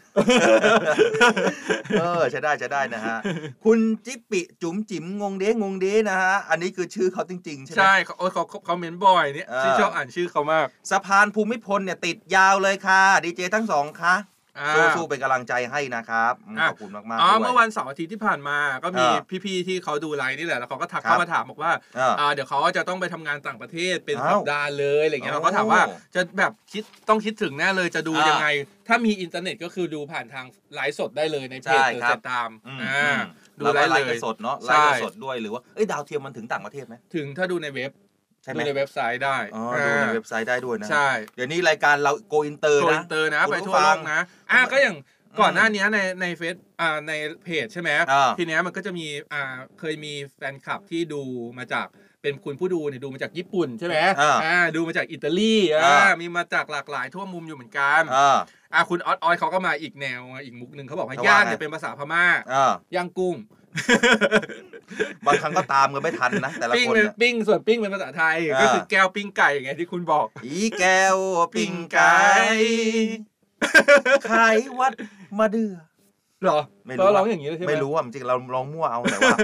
[SPEAKER 4] เออใช่ได้ใช่ได้นะฮะคุณจิ๊บปิจุ๋มจิ๋มงงเด้งงเด้นะฮะอันนี้คือชื่อเขาจริงๆใช่ไหม
[SPEAKER 5] ใช่เขาเขาเขาเมนบ่อยเนี่ยที่ชอบอ่านชื่อเขามาก
[SPEAKER 4] สะพานภูมิพลเนี่ยติดยาวเลยค่ะดีเจทั้งสองค่ะสู้ๆเป็นกำลังใจให้นะครับขอบคุณมากๆ
[SPEAKER 5] อ๋อเมื่อวันเสาร์อาทิตย์ที่ผ่านมาก็มีพี่ๆที่เขาดูไลน์นี่แหละแล้วเขาก็ทักเข้ามาถามบอกว่าเดี๋ยวเขาจะต้องไปทำงานต่างประเทศเป็นสัปดาห์เลยอะไรเงี้ยเราก็ถามว่าจะแบบคิดต้องคิดถึงแน่เลยจะดูยังไงถ้ามีอินเทอร์เน็ตก็คือดูผ่านทางไลฟ์สดได้เลยในเพจเดอะสตาร์
[SPEAKER 4] ดูไลฟ์สดเนาะไลฟ์สดด้วยหรือว่าเอ้ยดาวเทียมมันถึงต่างประเทศไหม
[SPEAKER 5] ถึงถ้าดูในเว็บดูในเว็บไซต์ได้
[SPEAKER 4] อ๋อดูในเว็บไซต์ได้ด้วยนะ
[SPEAKER 5] ใช่
[SPEAKER 4] เดี๋ยวนี้รายการเราโกอินเตอร์นะ
[SPEAKER 5] โกอินเตอร์นะไปทั่วโลกนะอ่ะก็อย่างก่อนหน้านี้ในในเฟซอ่าในเพจใช่ไหมทีเนี้ยมันก็จะมีอ่าเคยมีแฟนคลับที่ดูมาจากเป็นคุณผู้ดูเนี่ยดูมาจากญี่ปุ่นใช่ไหมอ่าดูมาจากอิตาลีอ่ามีมาจากหลากหลายทั่วมุมอยู่เหมือนกันอ่าคุณออสออยเขาก็มาอีกแนวอีกมุกนึงเขาบอกว่าย่างเนี่ยเป็นภาษาพม่าย่างกุ้ง
[SPEAKER 4] บางครั้งก็ตามกันไม่ทันนะแต่ละคน
[SPEAKER 5] เนี่ยปิ้งส่วนปิ้งเป็นภาษาไทยก็คือแก้วปิ้งไก่ไงที่คุณบอก
[SPEAKER 4] อีแก้วปิ้งไก่ขายวัดมาเดือ
[SPEAKER 5] หรอไม่รู้ร้องอย่างนี้ใช่ไหม
[SPEAKER 4] ไม่รู้อ่ะจริงเราร้องมั่วเอาแต่ว่า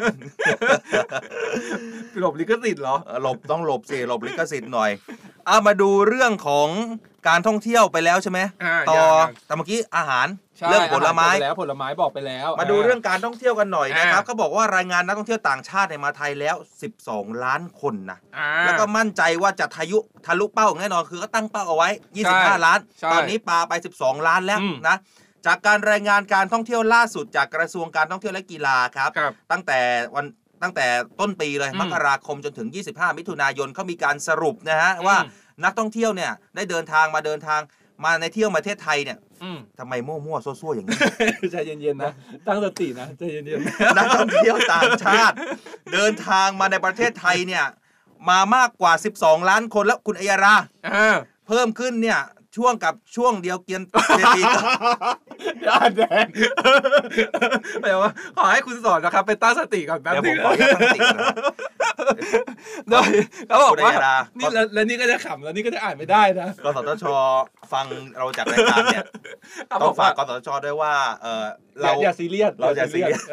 [SPEAKER 5] หลบลิขสิทธิ์เหรอ
[SPEAKER 4] หลบต้องหลบสิหลบลิขสิทธิ์หน่อยอ่ะมาดูเรื่องของการท่องเที่ยวไปแล้วใช่ไหมต่อแต่เมื่อกี้อาหารเรื่องผลไม้
[SPEAKER 5] แล้วผลไม้บอกไปแล้ว
[SPEAKER 4] มาดูเรื่องการท่องเที่ยวกันหน่อยนะครับเขาบอกว่ารายงานนักท่องเที่ยวต่างชาติมาไทยแล้วสิบสองล้านคนนะแล้วก็มั่นใจว่าจะทะยุทะลุเป้าแน่นอนคือก็ตั้งเป้าเอาไว้ยี่สิบห้าล้านตอนนี้ปาไปสิบสองล้านแล้วนะจากการรายงานการท่องเที่ยวล่าสุดจากกระทรวงการท่องเที่ยวและกีฬาครับตั้งแต่วันตั้งแต่ต้นปีเลยมกราคมจนถึงยี่สิบห้ามิถุนายนเขามีการสรุปนะฮะว่านักท่องเที่ยวเนี่ยได้เดินทางมาเดินทางมาในเที่ยวประเทศไทยเนี่ยทำไมมั่วๆซั่วๆอย่างนี้
[SPEAKER 5] ใจเย็นๆนะตั้งสตินะใจเย็น
[SPEAKER 4] ๆนักท่องเที่ยวต่างชาติเดินทางมาในประเทศไทยเนี่ยมามากกว่าสิบสองล้านคนแล้วคุณอัยราเพิ่มขึ้นเนี่ยช่วงกับช่วงเดียวเกียนเจตี
[SPEAKER 5] ย่าแดงแปลว่าขอให้คุณสอนนะครับไปตั้งสติก่อนแป๊บนึง
[SPEAKER 4] เดี๋ยวผมขอตั้งสติก่อน
[SPEAKER 5] โดยเขาบอกว่านี่แล้วนี่ก็จะขำแล้วนี่ก็จะอ่านไม่ได้นะ
[SPEAKER 4] กสทช.ฟังเราจากรายการเนี่ยต้องฝากกสทช.ด้วยว่าเออ
[SPEAKER 5] เราอย่าซีเรียส
[SPEAKER 4] เราอย่าซีเรียส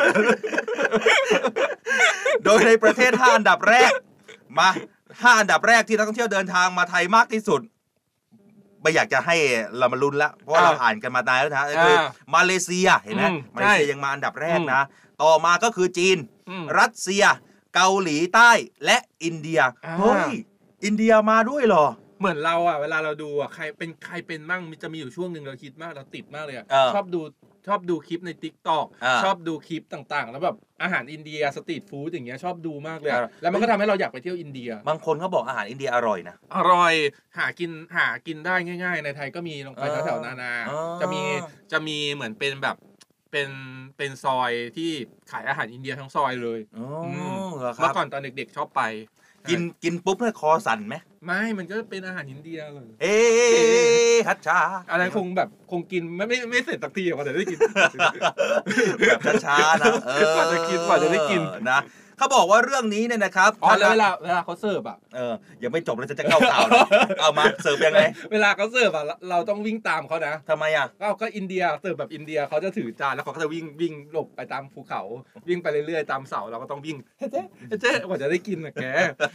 [SPEAKER 4] โดยในประเทศห้าอันดับแรกมาห้าอันดับแรกที่นักท่องเที่ยวเดินทางมาไทยมากที่สุดไม่อยากจะให้เรามาลุ้นละเพราะว่าเราอ่านกันมานานแล้วนะคือมาเลเซียเห็นไหมมาเลเซียยังมาอันดับแรกนะต่อมาก็คือจีนรัสเซียเกาหลีใต้และอินเดียเฮ้ยอินเดียมาด้วยเหรอ
[SPEAKER 5] เหมือนเราอ่ะเวลาเราดูอ่ะใครเป็นใครเป็นมั่งจะมีอยู่ช่วงนึงเราคิดมากเราติดมากเลยอ่ะชอบดูชอบดูคลิปใน TikTok ชอบดูคลิปต่างๆแล้วแบบอาหารอินเดียสตรีทฟู้ดอย่างเงี้ยชอบดูมากเลยแล้วมันก็ทำให้เราอยากไปเที่ยวอินเดีย
[SPEAKER 4] บางคนเขาบอกอาหารอินเดียอร่อยนะ
[SPEAKER 5] อร่อยหากินหากินได้ง่ายๆในไทยก็มีลงไปแถวๆนานาจะมีจะมีเหมือนเป็นแบบเป็นเป็นซอยที่ขายอาหารอินเดียทั้งซอยเลยเมื่อก่อนตอนเด็กๆชอบไป
[SPEAKER 4] กินกินปุ๊บเนี่ยคอสั่นไหม
[SPEAKER 5] ไม่มันก็เป็นอาหารอินเดียเลย
[SPEAKER 4] เอ๊ฮัชชา
[SPEAKER 5] อะไรคงแบบคงกินไม่ไม่ไม่เสร็จสักทีกว่าจะได้กิน
[SPEAKER 4] แบบช้าๆนะเออกว่า
[SPEAKER 5] จะกินกว่าจะได้กิน
[SPEAKER 4] นะเขาบอกว่าเรื่องนี้เนี่ยนะครับ
[SPEAKER 5] อ๋อแล้วเวลาเวลาเขาเสิร์ฟอ่ะ
[SPEAKER 4] เออยังไม่จบเลยจะจะเข้าข่าวเอามาเสิร์ฟยังไง
[SPEAKER 5] เวลาเขาเสิร์ฟอ่ะเราต้องวิ่งตามเขานะ
[SPEAKER 4] ทำไมอ่ะ
[SPEAKER 5] ก็ก็อินเดียเสิร์ฟแบบอินเดียเขาจะถือจานแล้วเขาก็จะวิ่งวิ่งหลบไปตามภูเขาวิ่งไปเรื่อยๆตามเสาเราก็ต้องวิ่งเจ๊เจ๊กว่าจะได้กินนะแก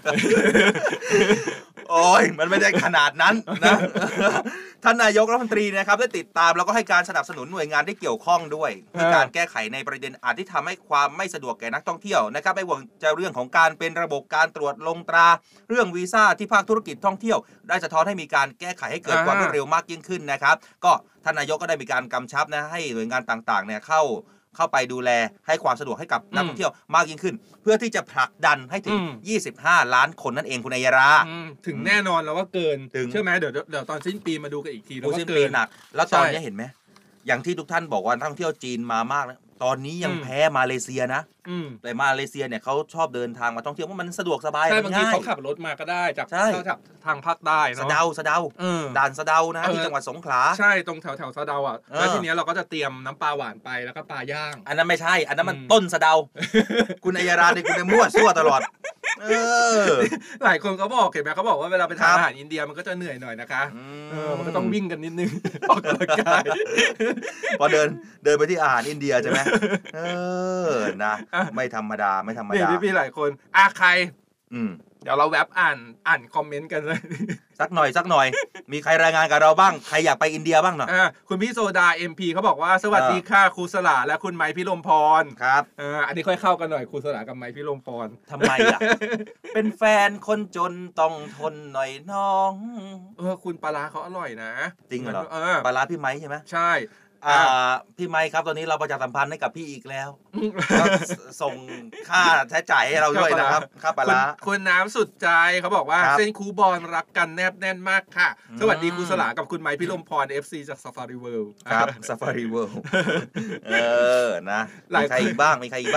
[SPEAKER 4] โอ้ยมันไม่ได้ขนาดนั้นนะท่านนายกรัฐมนตรีนะครับได้ติดตามแล้วก็ให้การสนับสนุนหน่วยงานที่เกี่ยวข้องด้วยในการแก้ไขในประเด็นอาจที่ทำให้ความไม่สะดวกแก่นักท่องเที่ยวนะครับไม่ว่าจะเรื่องของการเป็นระบบการตรวจลงตราเรื่องวีซ่าที่ภาคธุรกิจท่องเที่ยวได้สะท้อนให้มีการแก้ไขให้เกิดความรวดเร็วมากยิ่งขึ้นนะครับก็ท่านนายกก็ได้มีการกำชับนะให้หน่วยงานต่างๆเนี่ยเข้าเข้าไปดูแลให้ความสะดวกให้กับนักท่องเที่ยวมากยิ่งขึ้นเพื่อที่จะผลักดันให้ถึงยี่สิบห้าล้านคนนั่นเองคุณอัยรา
[SPEAKER 5] ถึงแน่นอนแล้วว่าเกินเชื่อไหมเดี๋ยวเดี๋ยวตอนสิ้นปีมาดูกันอีกที
[SPEAKER 4] แล้วว่าเกินหนักแล้วตอนนี้เห็นไหมอย่างที่ทุกท่านบอกว่านักท่องเที่ยวจีนมามากนะตอนนี้ยังแพ้มาเลเซียนะแต่มาเลเซียเนี่ยเขาชอบเดินทางมาท่องเที่ยวเพราะมันสะดวกสบาย
[SPEAKER 5] ใช่บางทีเขาขับรถมาก็ได้จากทางภาคใต้เนาะ
[SPEAKER 4] สะเดาสะเดาด่านสะเดานะที่จังหวัดสงขลา
[SPEAKER 5] ใช่ตรงแถวแถวสะเดาอ่ะแล้วทีนี้เราก็จะเตรียมน้ำปลาหวานไปแล้วก็ปลาย่าง
[SPEAKER 4] อันนั้นไม่ใช่อันนั้นมันต้นสะเดาคุณอัยราเนี่ยคุณเนี่ยมั่วซั่วตลอด
[SPEAKER 5] หลายคนเขาบอกเห็นไหมเขาบอกว่าเวลาไปทานอาหารอินเดียมันก็จะเหนื่อยหน่อยนะคะเออมันก็ต้องวิ่งกันนิดนึงออกกำลังกาย
[SPEAKER 4] พอเดินเดินไปที่อาหารอินเดียใช่ไหมเออนะไม่ธรรมดาไม่ธรรมดา
[SPEAKER 5] พี่ๆหลายคนอ่ะใครอืมเดี๋ยวเราแวบอ่านอ่านคอมเมนต์กันเลย
[SPEAKER 4] สักหน่อยสักหน่อยมีใครรายงานกับเราบ้างใครอยากไปอินเดียบ้างเนาะ
[SPEAKER 5] คุณพี่โซดา เอ็ม พี เขาบอกว่าสวัสดีค่ะครูสลาและคุณไมค์พิรมพร
[SPEAKER 4] ครับ
[SPEAKER 5] เอออันนี้ค่อยเข้ากันหน่อยครูสลากับไมค์พิรมพร
[SPEAKER 4] ทำไมล่ะเป็นแฟนคนจนต้องทนหน่อยน้อง
[SPEAKER 5] เออคุณปลาร้าเขาอร่อยนะ
[SPEAKER 4] จริงเหรอปลาร้าพี่ไมค์ใช่ไหม
[SPEAKER 5] ใช่
[SPEAKER 4] อ่าพี่ไมค์ครับตอนนี้เราประชาสัมพันธ์ให้กับพี่อีกแล้วส่งค่าใช้จ่ายให้เราด้วยนะครับค่าปลาร้า
[SPEAKER 5] คุณน้ำสุดใจเขาบอกว่าเส้นคูบอลรักกันแนบแน่นมากค่ะสวัสดีครูสลากับคุณไมค์พิรมพร เอฟ ซี จาก Safari World
[SPEAKER 4] ครับ Safari World เออนะมีใครอีกบ้างมีใครอีกบ้าง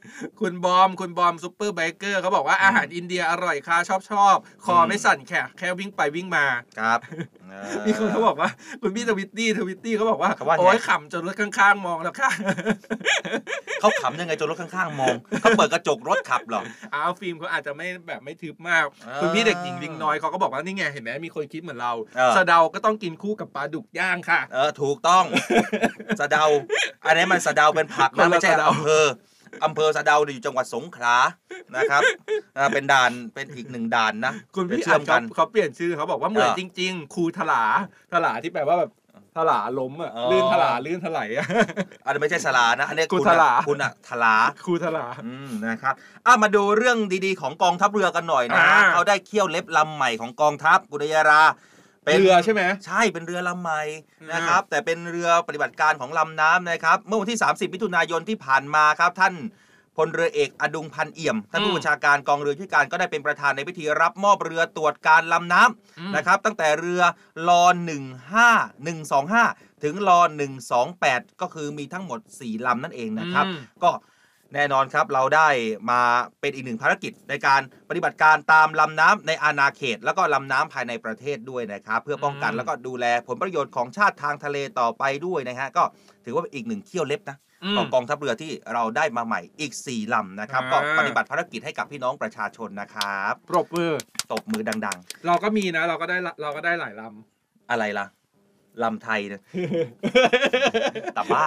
[SPEAKER 5] คุณบอมคุณบอมซุปเปอร์ไบเกอร์เขาบอกว่าอาหารอินเดียอร่อยค่ะชอบชอบคอไม่สั่นแค่แค่วิ่งไปวิ่งมา
[SPEAKER 4] ครับ
[SPEAKER 5] มีคนเขาบอกว่าคุณพี่ทวิตตี้ทวิตตี้เขาบอกว่าโอ้ยขำจนรถข้างๆมองแล้วค่ะ
[SPEAKER 4] เขาขำยังไงจนรถข้างๆมองเขาเปิดกระจกรถขับหรอ
[SPEAKER 5] อ้าวฟิล์มเขาอาจจะไม่แบบไม่ทึบมากคุณพี่เด็กหญิงลิงน้อยเขาก็บอกว่านี่ไงเห็นไหมมีคนคิดเหมือนเราสะเดาก็ต้องกินคู่กับปลาดุกย่างค่ะ
[SPEAKER 4] เออถูกต้องสะเดาอันนี้มันสะเดาเป็นผักนะไม่ใช่อำเภออำเภอสะเดาอยู่จังหวัดสงขลานะครับเป็นด่านเป็นอีกหนึ่งด่านนะ
[SPEAKER 5] คุณพี่อ่านเขาเขาเปลี่ยนชื่อเขาบอกว่าเหมือนจริงๆครูถลาถลาที่แปลว่าแบบถลาล้มอ่ะลื่นถลาลื่นถลายอ่ะ
[SPEAKER 4] อันนี้ไม่ใช่สลานะอันนี้
[SPEAKER 5] คุณถลา
[SPEAKER 4] คุณอ่ะถลา
[SPEAKER 5] ครูถลา
[SPEAKER 4] อืมนะครับอ่ะมาดูเรื่องดีๆของกองทัพเรือกันหน่อยนะเขาได้เขี้ยวเล็บลำใหม่ของกองทัพกุฎยารา
[SPEAKER 5] เป็นเรือใช่ไหม
[SPEAKER 4] ใช่เป็นเรือลำใหม่นะครับแต่เป็นเรือปฏิบัติการของลำน้ำนะครับเมื่อวันที่สามสิบมิถุนายนที่ผ่านมาครับท่านพลเรือเอกอดุงพันเอี่ยมท่านผู้บัญชาการกองเรือที่การก็ได้เป็นประธานในพิธีรับมอบเรือตรวจการลำน้ำนะครับตั้งแต่เรือลหนึ่งห้า หนึ่งสองห้าถึงลหนึ่งสองแปดก็คือมีทั้งหมดสี่ลำนั่นเองนะครับก็แน่นอนครับเราได้มาเป็นอีกหนึ่งภารกิจในการปฏิบัติการตามลำน้ำในอาณาเขตแล้วก็ลำน้ำภายในประเทศด้วยนะครับเพื่อป้องกันแล้วก็ดูแลผลประโยชน์ของชาติทางทะเลต่อไปด้วยนะฮะก็ถือว่าเป็นอีกหนึ่งเขี้ยวเล็บนะของกองทัพเรือที่เราได้มาใหม่อีกสี่ลำนะครับก็ปฏิบัติภารกิจให้กับพี่น้องประชาชนนะครับ
[SPEAKER 5] ปรบมือ
[SPEAKER 4] ตบมือดัง
[SPEAKER 5] ๆเราก็มีนะเราก็ได้เราก็ได้หลายล
[SPEAKER 4] ำอะไรล่ะลำไทยนะตาบ้า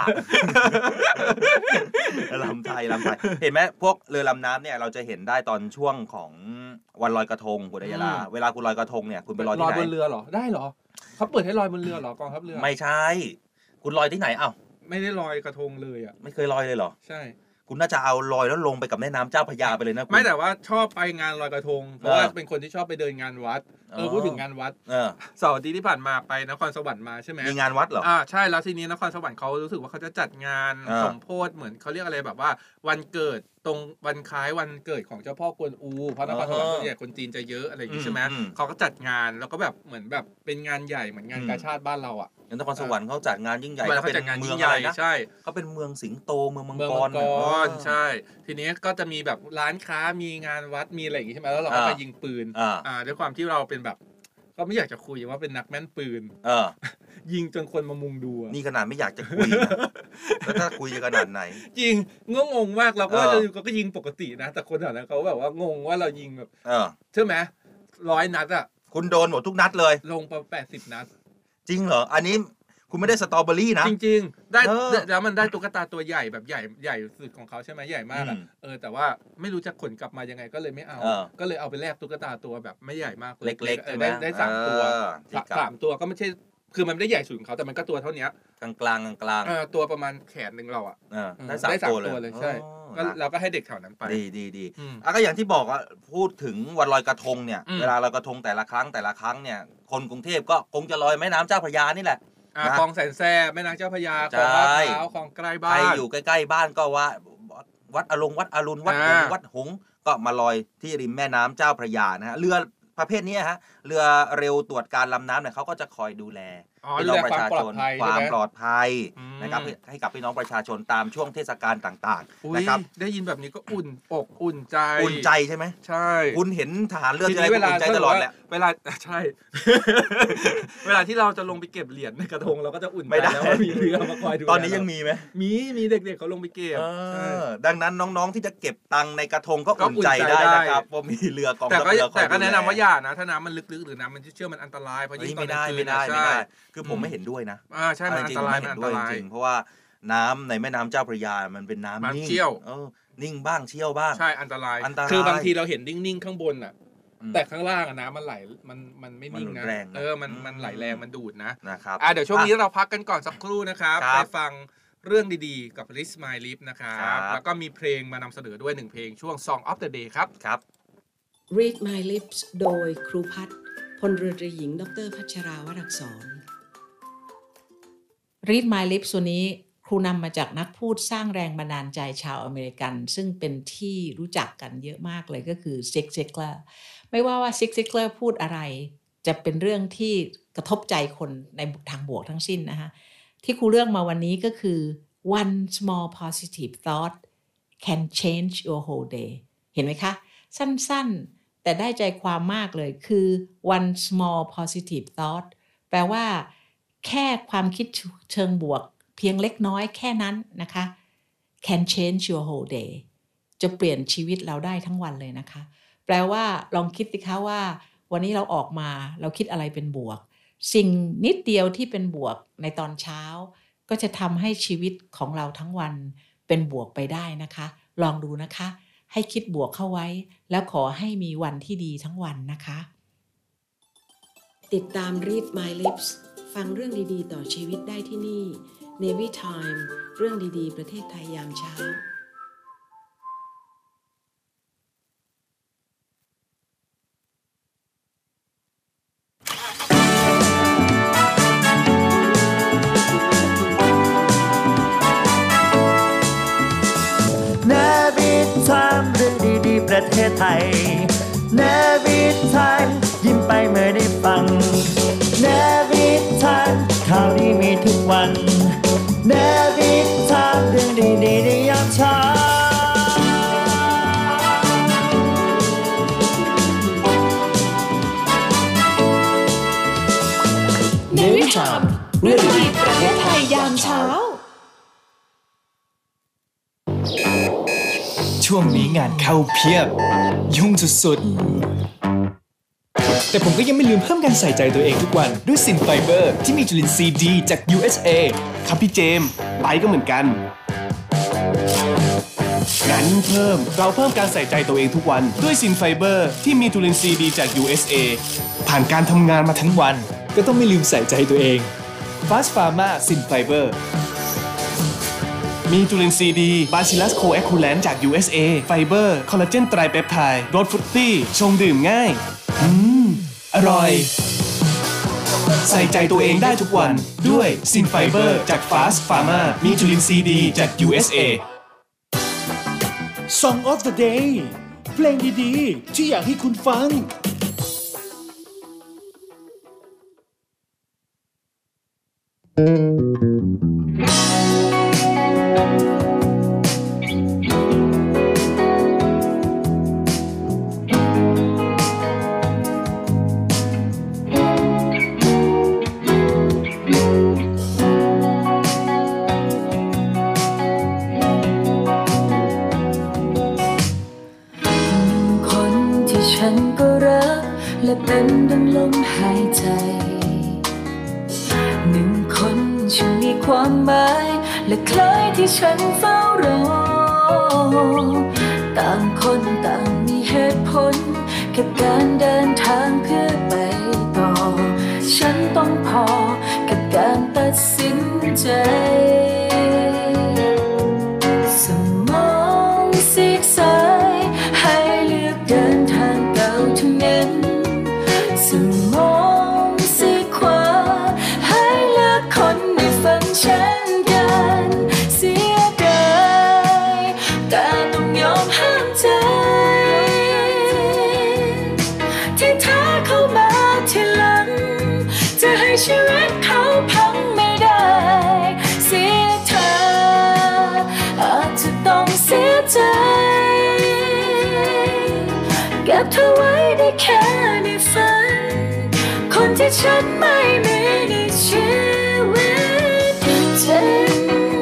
[SPEAKER 4] ลำไทยลำไทยเห็นไหมพวกเรือลำน้ำเนี่ยเราจะเห็นได้ตอนช่วงของวันลอยกระทงกุฎยาราเวลาคุณลอยกระทงเนี่ยคุณไปลอยที่ไหน
[SPEAKER 5] ลอยบนเรือเหรอได้เหรอเขาเปิดให้ลอยบนเรือเหรอกองทัพเรือ
[SPEAKER 4] ไม่ใช่คุณลอยที่ไหนเอ้า
[SPEAKER 5] ไม่ได้ลอยกระทงเลยอ่ะ
[SPEAKER 4] ไม่เคยลอยเลยเหรอ
[SPEAKER 5] ใช่
[SPEAKER 4] คุณน่าจะเอาลอยแล้วลงไปกับแม่น้ำเจ้าพระยาไปเลยนะ
[SPEAKER 5] ไม่แต่ว่าชอบไปงานลอยกระทงเพราะว่าเป็นคนที่ชอบไปเดินงานวัดเออพูดถึงงานวัดเสาร์อาทิตย์ที่ผ่านมาไปนครสวรรค์มาใช่ไหม
[SPEAKER 4] มีงานวัดเหรอ
[SPEAKER 5] อ่าใช่แล้วทีนี้นครสวรรค์เขารู้สึกว่าเขาจะจัดงานสมโภชเหมือนเขาเรียกอะไรแบบว่าวันเกิดตรงวันคล้ายวันเกิดของเจ้าพ่อกวนอูเพราะนครสวรรค์ส่วนใหญ่คนจีนจะเยอะอะไรอย่างนี้ใช่ไหมเขาก็จัดงานแล้วก็แบบเหมือนแบบเป็นงานใหญ่เหมือนงานกาชาติบ้านเราอ่ะ
[SPEAKER 4] นครสวรรค์เขาจัดงานยิ่งใหญ่
[SPEAKER 5] เขาเป็นเมืองใหญ่ใช่
[SPEAKER 4] เขาเป็นเมืองสิงโตเมืองมังกร
[SPEAKER 5] ใช่ทีนี้ก็จะมีแบบร้านค้ามีงานวัดมีอะไรอย่างงี้ใช่ไหมแล้วเราก็ไปยิงปืนอ่าด้วยความที่เราเป็นแบบก็ไม่อยากจะคุยว่าเป็นนักแม่นปืนยิงจนคนมามุงดู
[SPEAKER 4] นี่ขนาดไม่อยากจะคุยนะแล้วถ้าคุยจะขนาดไหน
[SPEAKER 5] จริงงงงมากเราก็ก็ยิงปกตินะแต่คนแถวนั้นเขาแบบว่างงว่าเรายิงแบบใช่ไหมร้อยนัดอ่ะ
[SPEAKER 4] คุณโดนหมดทุกนัดเลย
[SPEAKER 5] ลงไปแปดสิบนัด
[SPEAKER 4] จริงเหรออันนี้คุณไม่ได้สตรอเบอรี่นะ
[SPEAKER 5] จริงๆได้แล้วมันได้ตุ๊กตาตัวใหญ่แบบใหญ่ใหญ่สุดของเขาใช่ไหมใหญ่มากอ่ะเออแต่ว่าไม่รู้จะขนกลับมายังไงก็เลยไม่เอาก็เลยเอาไปแลกตุ๊กตาตัวแบบไม่ใหญ่มาก
[SPEAKER 4] เล็กๆได้
[SPEAKER 5] ได้สามตัวสามตัวก็ไม่ใช่คือมันไม่ได้ใหญ่สุดของเขาแต่มันก็ตัวเท่านี้
[SPEAKER 4] กลางกลางกลาง
[SPEAKER 5] ตัวประมาณแขนหนึ่งเราอ่ะ
[SPEAKER 4] ได้สามตัวเลย
[SPEAKER 5] ใช่ก็เราก็ให้เด็กแถวนั้นไป
[SPEAKER 4] ดีดีดีอ่ะก็อย่างที่บอกว่าพูดถึงวันลอยกระทงเนี่ยเวลาลอยกระทงแต่ละครั้งแต่ละครั้งเนี่ยคนกรุงเทพก็คงจะลอยแม่น้ำเจ้าพระยานี่แหละ
[SPEAKER 5] คลองแสนแซ่แม่นางเจ้าพระยาคลองลาดพร้าวคลองใกล้บ้านใคร
[SPEAKER 4] อยู่ใกล้ๆบ้านก็ว่าวัดอรุณวัดอรุณวัดหงวัดหงก็มาลอยที่ริมแม่น้ำเจ้าพระยานะฮะเรือประเภทนี้ฮะเรือเร็วตรวจการลำน้ำเนี่ยเขาก็จะคอยดูแลพี่น้องประชาชนความปลอดภัยนะครับให้กับพี่น้องประชาชนตามช่วงเทศกาลต่างๆนะครับ
[SPEAKER 5] ได้ยินแบบนี้ก็อุ่นอกอุ่นใจ
[SPEAKER 4] อุ่นใจใช่ไหม
[SPEAKER 5] ใช่
[SPEAKER 4] คุณเห็นทหารเรือที่ไรอุ่นใจตลอดแหละ
[SPEAKER 5] เวลาใช่เวลาที่เราจะลงไปเก็บเหรียญในกระทงเราก็จะอุ่นใจแล้วว่ามีเรือมาคอยดู
[SPEAKER 4] ตอนนี้ยังมีไหม
[SPEAKER 5] มีมีเด็กๆเขาลงไปเก็บ
[SPEAKER 4] ดังนั้นน้องๆที่จะเก็บตังค์ในกระทงก็อุ่นใจได้นะครับเพราะมีเรือกองทัพเรือคอยดูแล
[SPEAKER 5] แต่ก็แนะนำว่าอย่านะถ้าน้ำมันลึกๆหรือน้ำมันเชื่อมันอันตรายเพราะยิ่งตอน
[SPEAKER 4] กลางคืนไม่ได้ไม่ได้คือผมไม่เห็นด้วยนะ
[SPEAKER 5] อ่าใช่มันอันตรายมันอันตราย
[SPEAKER 4] จริงเพราะว่าน้ำในแม่น้ำเจ้าพระยามันเป็นน้ำนิ่ง
[SPEAKER 5] เชี่ยว
[SPEAKER 4] นิ่งบ้างเชี่ยวบ้าง
[SPEAKER 5] ใช่อันตรายคือบางทีเราเห็นนิ่งๆข้างบนอ่ะแต่ข้างล่างน้ำมันไหลมันมันไม่นิ่งนะเออมันมันไหลแรงมันดูดนะ
[SPEAKER 4] นะครับ
[SPEAKER 5] อ่าเดี๋ยวช่วงนี้เราพักกันก่อนสักครู่นะครับไปฟังเรื่องดีๆกับ Read My Lips นะครับแล้วก็มีเพลงมานำเสนอด้วยหนึ่งเพลงช่วง Song of the Day ครับ
[SPEAKER 4] ครับ
[SPEAKER 3] Read My Lips โดยครูพัฒน์พลเรือตรีหญิงดร.พัชราวรักษร Read My Lips ตัวนี้ครูนำมาจากนักพูดสร้างแรงบันดาลใจชาวอเมริกันซึ่งเป็นที่รู้จักกันเยอะมากเลยก็คือซิกซิกเลอร์ไม่ว่าว่าซิกซิกเลอร์พูดอะไรจะเป็นเรื่องที่กระทบใจคนในทางบวกทั้งสิ้นนะคะที่ครูเลือกมาวันนี้ก็คือ one small positive thought can change your whole day เห็นไหมคะสั้นๆแต่ได้ใจความมากเลยคือ one small positive thought แปลว่าแค่ความคิดเชิงบวกเพียงเล็กน้อยแค่นั้นนะคะ can change your whole day จะเปลี่ยนชีวิตเราได้ทั้งวันเลยนะคะแปลว่าลองคิดสิคะว่าวันนี้เราออกมาเราคิดอะไรเป็นบวกสิ่งนิดเดียวที่เป็นบวกในตอนเช้าก็จะทำให้ชีวิตของเราทั้งวันเป็นบวกไปได้นะคะลองดูนะคะให้คิดบวกเข้าไว้แล้วขอให้มีวันที่ดีทั้งวันนะคะติดตาม Read My Lips ฟังเรื่องดีๆต่อชีวิตได้ที่นี่ Navy Time เรื่องดีๆประเทศไทยยามเช้า
[SPEAKER 2] เรื่องดีๆประเทศไทย Navy Time ยิ้มไปเมื่อได้ฟัง Navy Time ข่าวดีมีทุกวัน Navy Time เรื่องดีๆในยามเช้า
[SPEAKER 1] Navy Time เรื่องดีๆประเทศไทยยามเช้า
[SPEAKER 6] ช่วงนี้งานเข้าเพียบยุ่งสุดๆแต่ผมก็ยังไม่ลืมเพิ่มการใส่ใจตัวเองทุกวันด้วยซินไฟเบอร์ที่มีจุลินทรีย์ดีจาก ยู เอส เอ ครับพี่เจมส์ไปก็เหมือนกันงั้นเพิ่มเราเพิ่มการใส่ใจตัวเองทุกวันด้วยซินไฟเบอร์ที่มีจุลินทรีย์ดีจาก ยู เอส เอ ผ่านการทำงานมาทั้งวันก็ต้องไม่ลืมใส่ใจตัวเอง Fast Pharma ซินไฟเบอร์มีจุลินทรีย์ดี Bacillus coagulant จาก ยู เอส เอ ไฟเบอร์ คอลลาเจนไตรเปปไทด์ รสฟรุตตี้ชงดื่มง่ายอืมอร่อยใส่ใจตัวเองได้ทุกวันด้วยซินไฟเบอร์จาก Fast Pharma มีจุลินทรีย์ดีจาก ยู เอส เอ
[SPEAKER 7] Song of the Day เพลงดีๆที่อยากให้คุณฟัง
[SPEAKER 8] และเป็นดังลมหายใจหนึ่งคนฉันมีความหมายและคล้ายที่ฉันเฝ้ารอต่างคนต่างมีเหตุผลกับการเดินทางเพื่อไปต่อฉันต้องพอกับการตัดสินใจสมองซีกซ้ายให้เลือกเดินทางเก่าเท่านั้นสมองซีกขวาให้เลือกคนในฝันเช่นกันเสียดายแต่ต้องยอมห้ามใจที่เธอเข้ามาทีหลังจะให้ชีวิตเขาพังไม่ได้เสียเธออาจจะต้องเสียใจเก็บเธอไว้ได้แค่ในฝันคนที่ฉันไม่มีในชีวิตจริง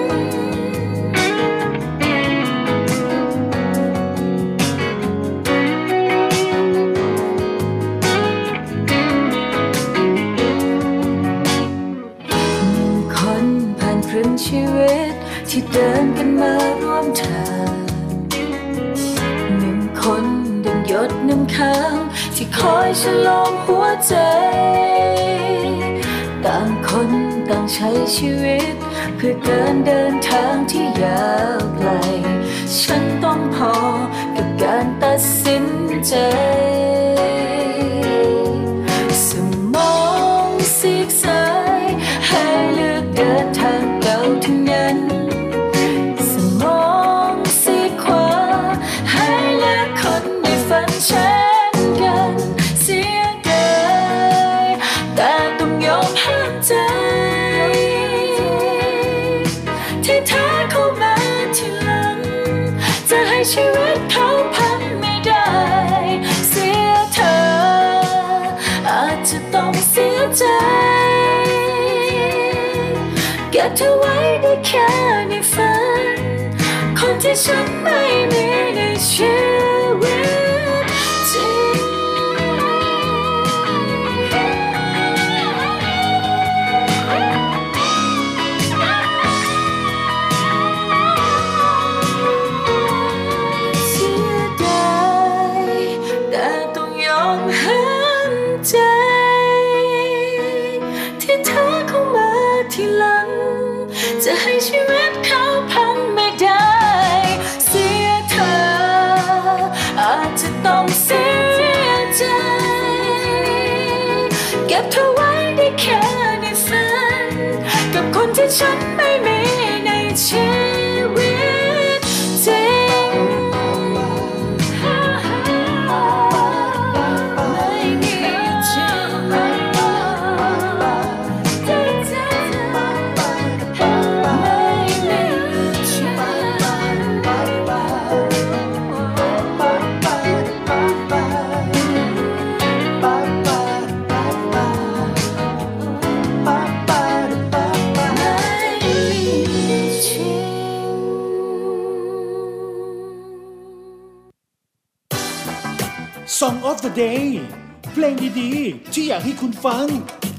[SPEAKER 8] คนผ่านครึ่งชีวิตที่เดินกันมาร่วมทางหนึ่งคนดังหยดน้ำค้างที่คอยฉลองหัวใจต่างคนต่างใช้ชีวิตเพื่อการเดินทางที่ยาวไกลฉันต้องพอกับการตัดสินใจสมองซีกซ้ายให้เลือกเดินทางเก่าทั้งนั้นสมองซีกขวาให้เลือกคนในฝันฉันกันเสียดายแต่ต้องยอมห้ามใจที่เธอเข้ามาทีหลังจะใจเก็บเธอไว้ได้แค่ในฝันคนที่ฉันไม่มีในชีวิตจริงเสียดายแต่ต้องยอมหันใจที่เธอเข้ามาทีหลังจะให้ชีวิตเขาพังไม่ได้เสียเธออาจจะต้องเสียใจเก็บเธอไว้ได้แค่ในฝันกับคนที่ฉันไม่มีในชีวิตจริงไม่มีจริงไม่มีจริง
[SPEAKER 7] Song of the Day เพลงดีๆที่อยากให้คุณฟัง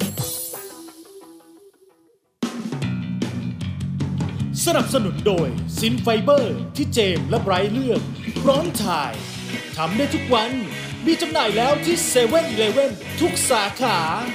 [SPEAKER 7] สนับสนุนโดยซินไฟเบอร์ที่เจมส์และไบรท์เลือกพร้อมถ่ายทำได้ทุกวันมีจำหน่ายแล้วที่เซเว่นอีเลฟเว่นทุกสาขา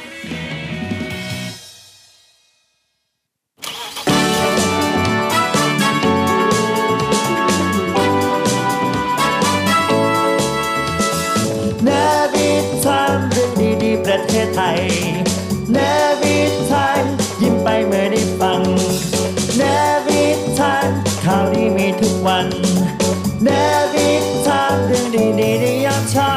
[SPEAKER 2] ประเทศไทยเนวิทานยิ้มไปเมื่อได้ฟังเนวิทานข่าวดีมีทุกวันเนวิทานเรื่องดีๆในยามเช้า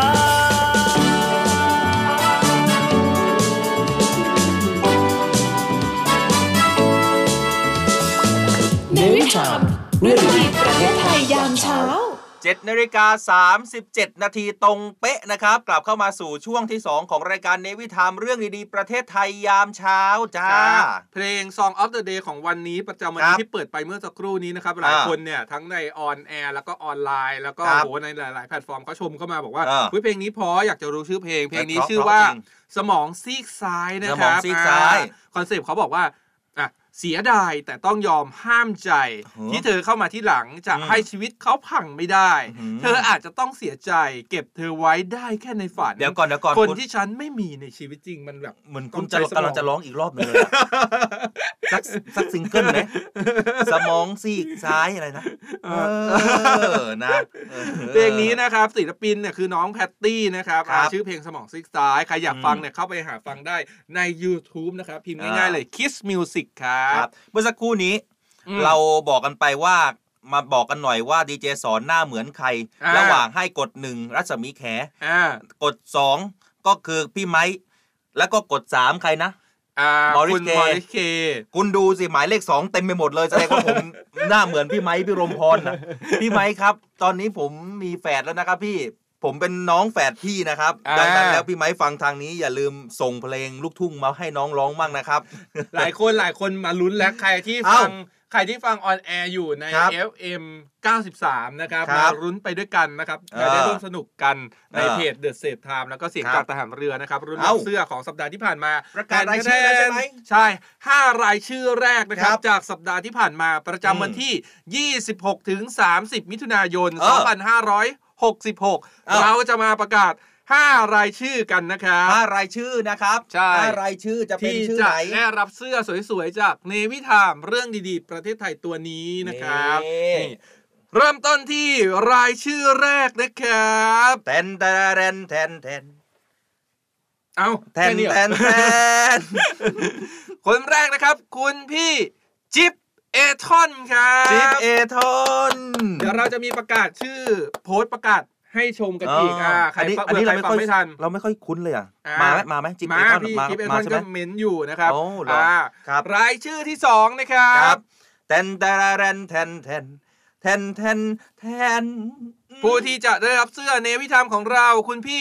[SPEAKER 3] เนวิทานเรื่องดีประเทศไทยยามเช้า
[SPEAKER 4] เจ็ดนาฬิกาสามสิบเจ็ดนาทีตรงเป๊ะนะครับกลับเข้ามาสู่ช่วงที่สองของรายการเนวิทามเรื่องดีๆประเทศไทยยามเช้าจ้า
[SPEAKER 5] เพลง Song of the Day ของวันนี้ประจำวันที่เปิดไปเมื่อสักครู่นี้นะครับหลายคนเนี่ยทั้งในออนแอร์แล้วก็ออนไลน์แล้วก็โหในหลายๆแพลตฟอร์มเขาชมเข้ามาบอกว่าเพลงนี้พออยากจะรู้ชื่อเพลงเพลงนี้ชื่อว่าสมองซีกซ้ายนะครับคอนเซปต์เขาบอกว่าเสียดายแต่ต้องยอมห้ามใจที่เธอเข้ามาที่หลังจะให้ชีวิตเขาพังไม่ได้เธออาจจะต้องเสียใจเก็บเธอไว้ได้แค่ในฝัน
[SPEAKER 4] เดี๋ยวก่อนเดี๋ยวก่อน
[SPEAKER 5] คนที่ฉันไม่มีในชีวิตจริงมันแบบ
[SPEAKER 4] เหมือนคุณจะกำลังจะร้องอีกรอบนึงเลยสักสักซิงเกิลไหมสมองซีกซ้ายอะไรนะเออนะ
[SPEAKER 5] เพลงนี้นะครับศิลปินเนี่ยคือน้องแพตตี้นะครับชื่อเพลงสมองซีกซ้ายใครอยากฟังเนี่ยเข้าไปหาฟังได้ใน YouTube นะครับพิมพ์ง่ายๆเลย Kiss Music ครับ
[SPEAKER 4] เมื่อสักครู่นี้เราบอกกันไปว่ามาบอกกันหน่อยว่าดีเจสอนหน้าเหมือนใครระหว่างให้กดหนึ่งรัศมีแขกดสองก็คือพี่ไม้แล้วก็กดสามใครนะ
[SPEAKER 5] มอริสเค
[SPEAKER 4] คุณดูสิหมายเลขสองเต็มไปหมดเลยแสดงว่าผมหน้าเหมือนพี่ไม้พี่รมพรนะพี่ไม้ครับตอนนี้ผมมีแฝดแล้วนะครับพี่ผมเป็นน้องแฝดพี่นะครับดังนั้นแล้วพี่ไม้ฟังทางนี้อย่าลืมส่งเพลงลูกทุ่งมาให้น้องร้องบ้างนะครับ
[SPEAKER 5] หลายคนหลายคนมาลุ้นแล้วใครที่ฟังใครที่ฟังออนแอร์อยู่ใน เอฟ เอ็ม เก้าสิบสาม นะครับมาลุ้นไปด้วยกันนะครับจะได้ร่วมสนุกกันในเพจ The Save Time แล้วก็เสียงจากทหารเรือนะครับรุ่นรับเสื้อของสัปดาห์ที่ผ่านมา
[SPEAKER 4] ประกาศรายชื่อแล้วใช่ไหม
[SPEAKER 5] ใช่ห้ารายชื่อแรกนะครับจากสัปดาห์ที่ผ่านมาประจำวันที่ยี่สิบหกถึงสามสิบมิถุนายนสองพันห้าร้อยหกสิบหกเราจะมาประกาศห้ารายชื่อกันนะครับ
[SPEAKER 4] ห้ารายชื่อนะครับ
[SPEAKER 5] ใช่
[SPEAKER 4] ห้ารายชื่อจะเป็นชื่อไหน
[SPEAKER 5] ที่จะได้รับเสื้อสวยๆจากเนวิทามเรื่องดีๆประเทศไทยตัวนี้นะครับนี่เริ่มต้นที่รายชื่อแรกนะครับ
[SPEAKER 4] แทนแทนแทนแทน
[SPEAKER 5] เอา
[SPEAKER 4] แทนแทนแทน
[SPEAKER 5] คนแรกนะครับคุณพี่จิ๊บเอทอนครับ
[SPEAKER 4] จิ๊บเอทอน
[SPEAKER 5] เดี๋ยวเราจะมีประกาศชื่อโพสต์ประกาศให้ชมกันอีกอ่า
[SPEAKER 4] ใครอันนี้เราไม่ค่อยเราไม่ค่อยคุ้นเลยอ่ะมาไหมมาไหมจิ๊บเอทอน
[SPEAKER 5] มาจิ๊บเอทอนก็เม้นอยู่นะครับอ่าครับรายชื่อที่สองนะครับ
[SPEAKER 4] แทนแทนแทนแทนแทนแทนแทน
[SPEAKER 5] ผู้ที่จะได้รับเสื้อเนวิทามของเราคุณพี่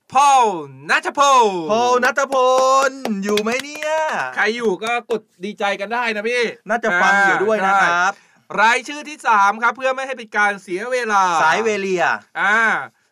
[SPEAKER 5] พอลณัฐพล
[SPEAKER 4] พอลณัฐพลอยู่ไหมเนี่ย
[SPEAKER 5] ใครอยู่ก็กดดีใจกันได้นะพี่
[SPEAKER 4] น่าจะฟังอยู่ด้วยนะครับ
[SPEAKER 5] รายชื่อที่สามครับเพื่อไม่ให้เป็นการเสียเวลา
[SPEAKER 4] สายเวเลีย
[SPEAKER 5] อ่า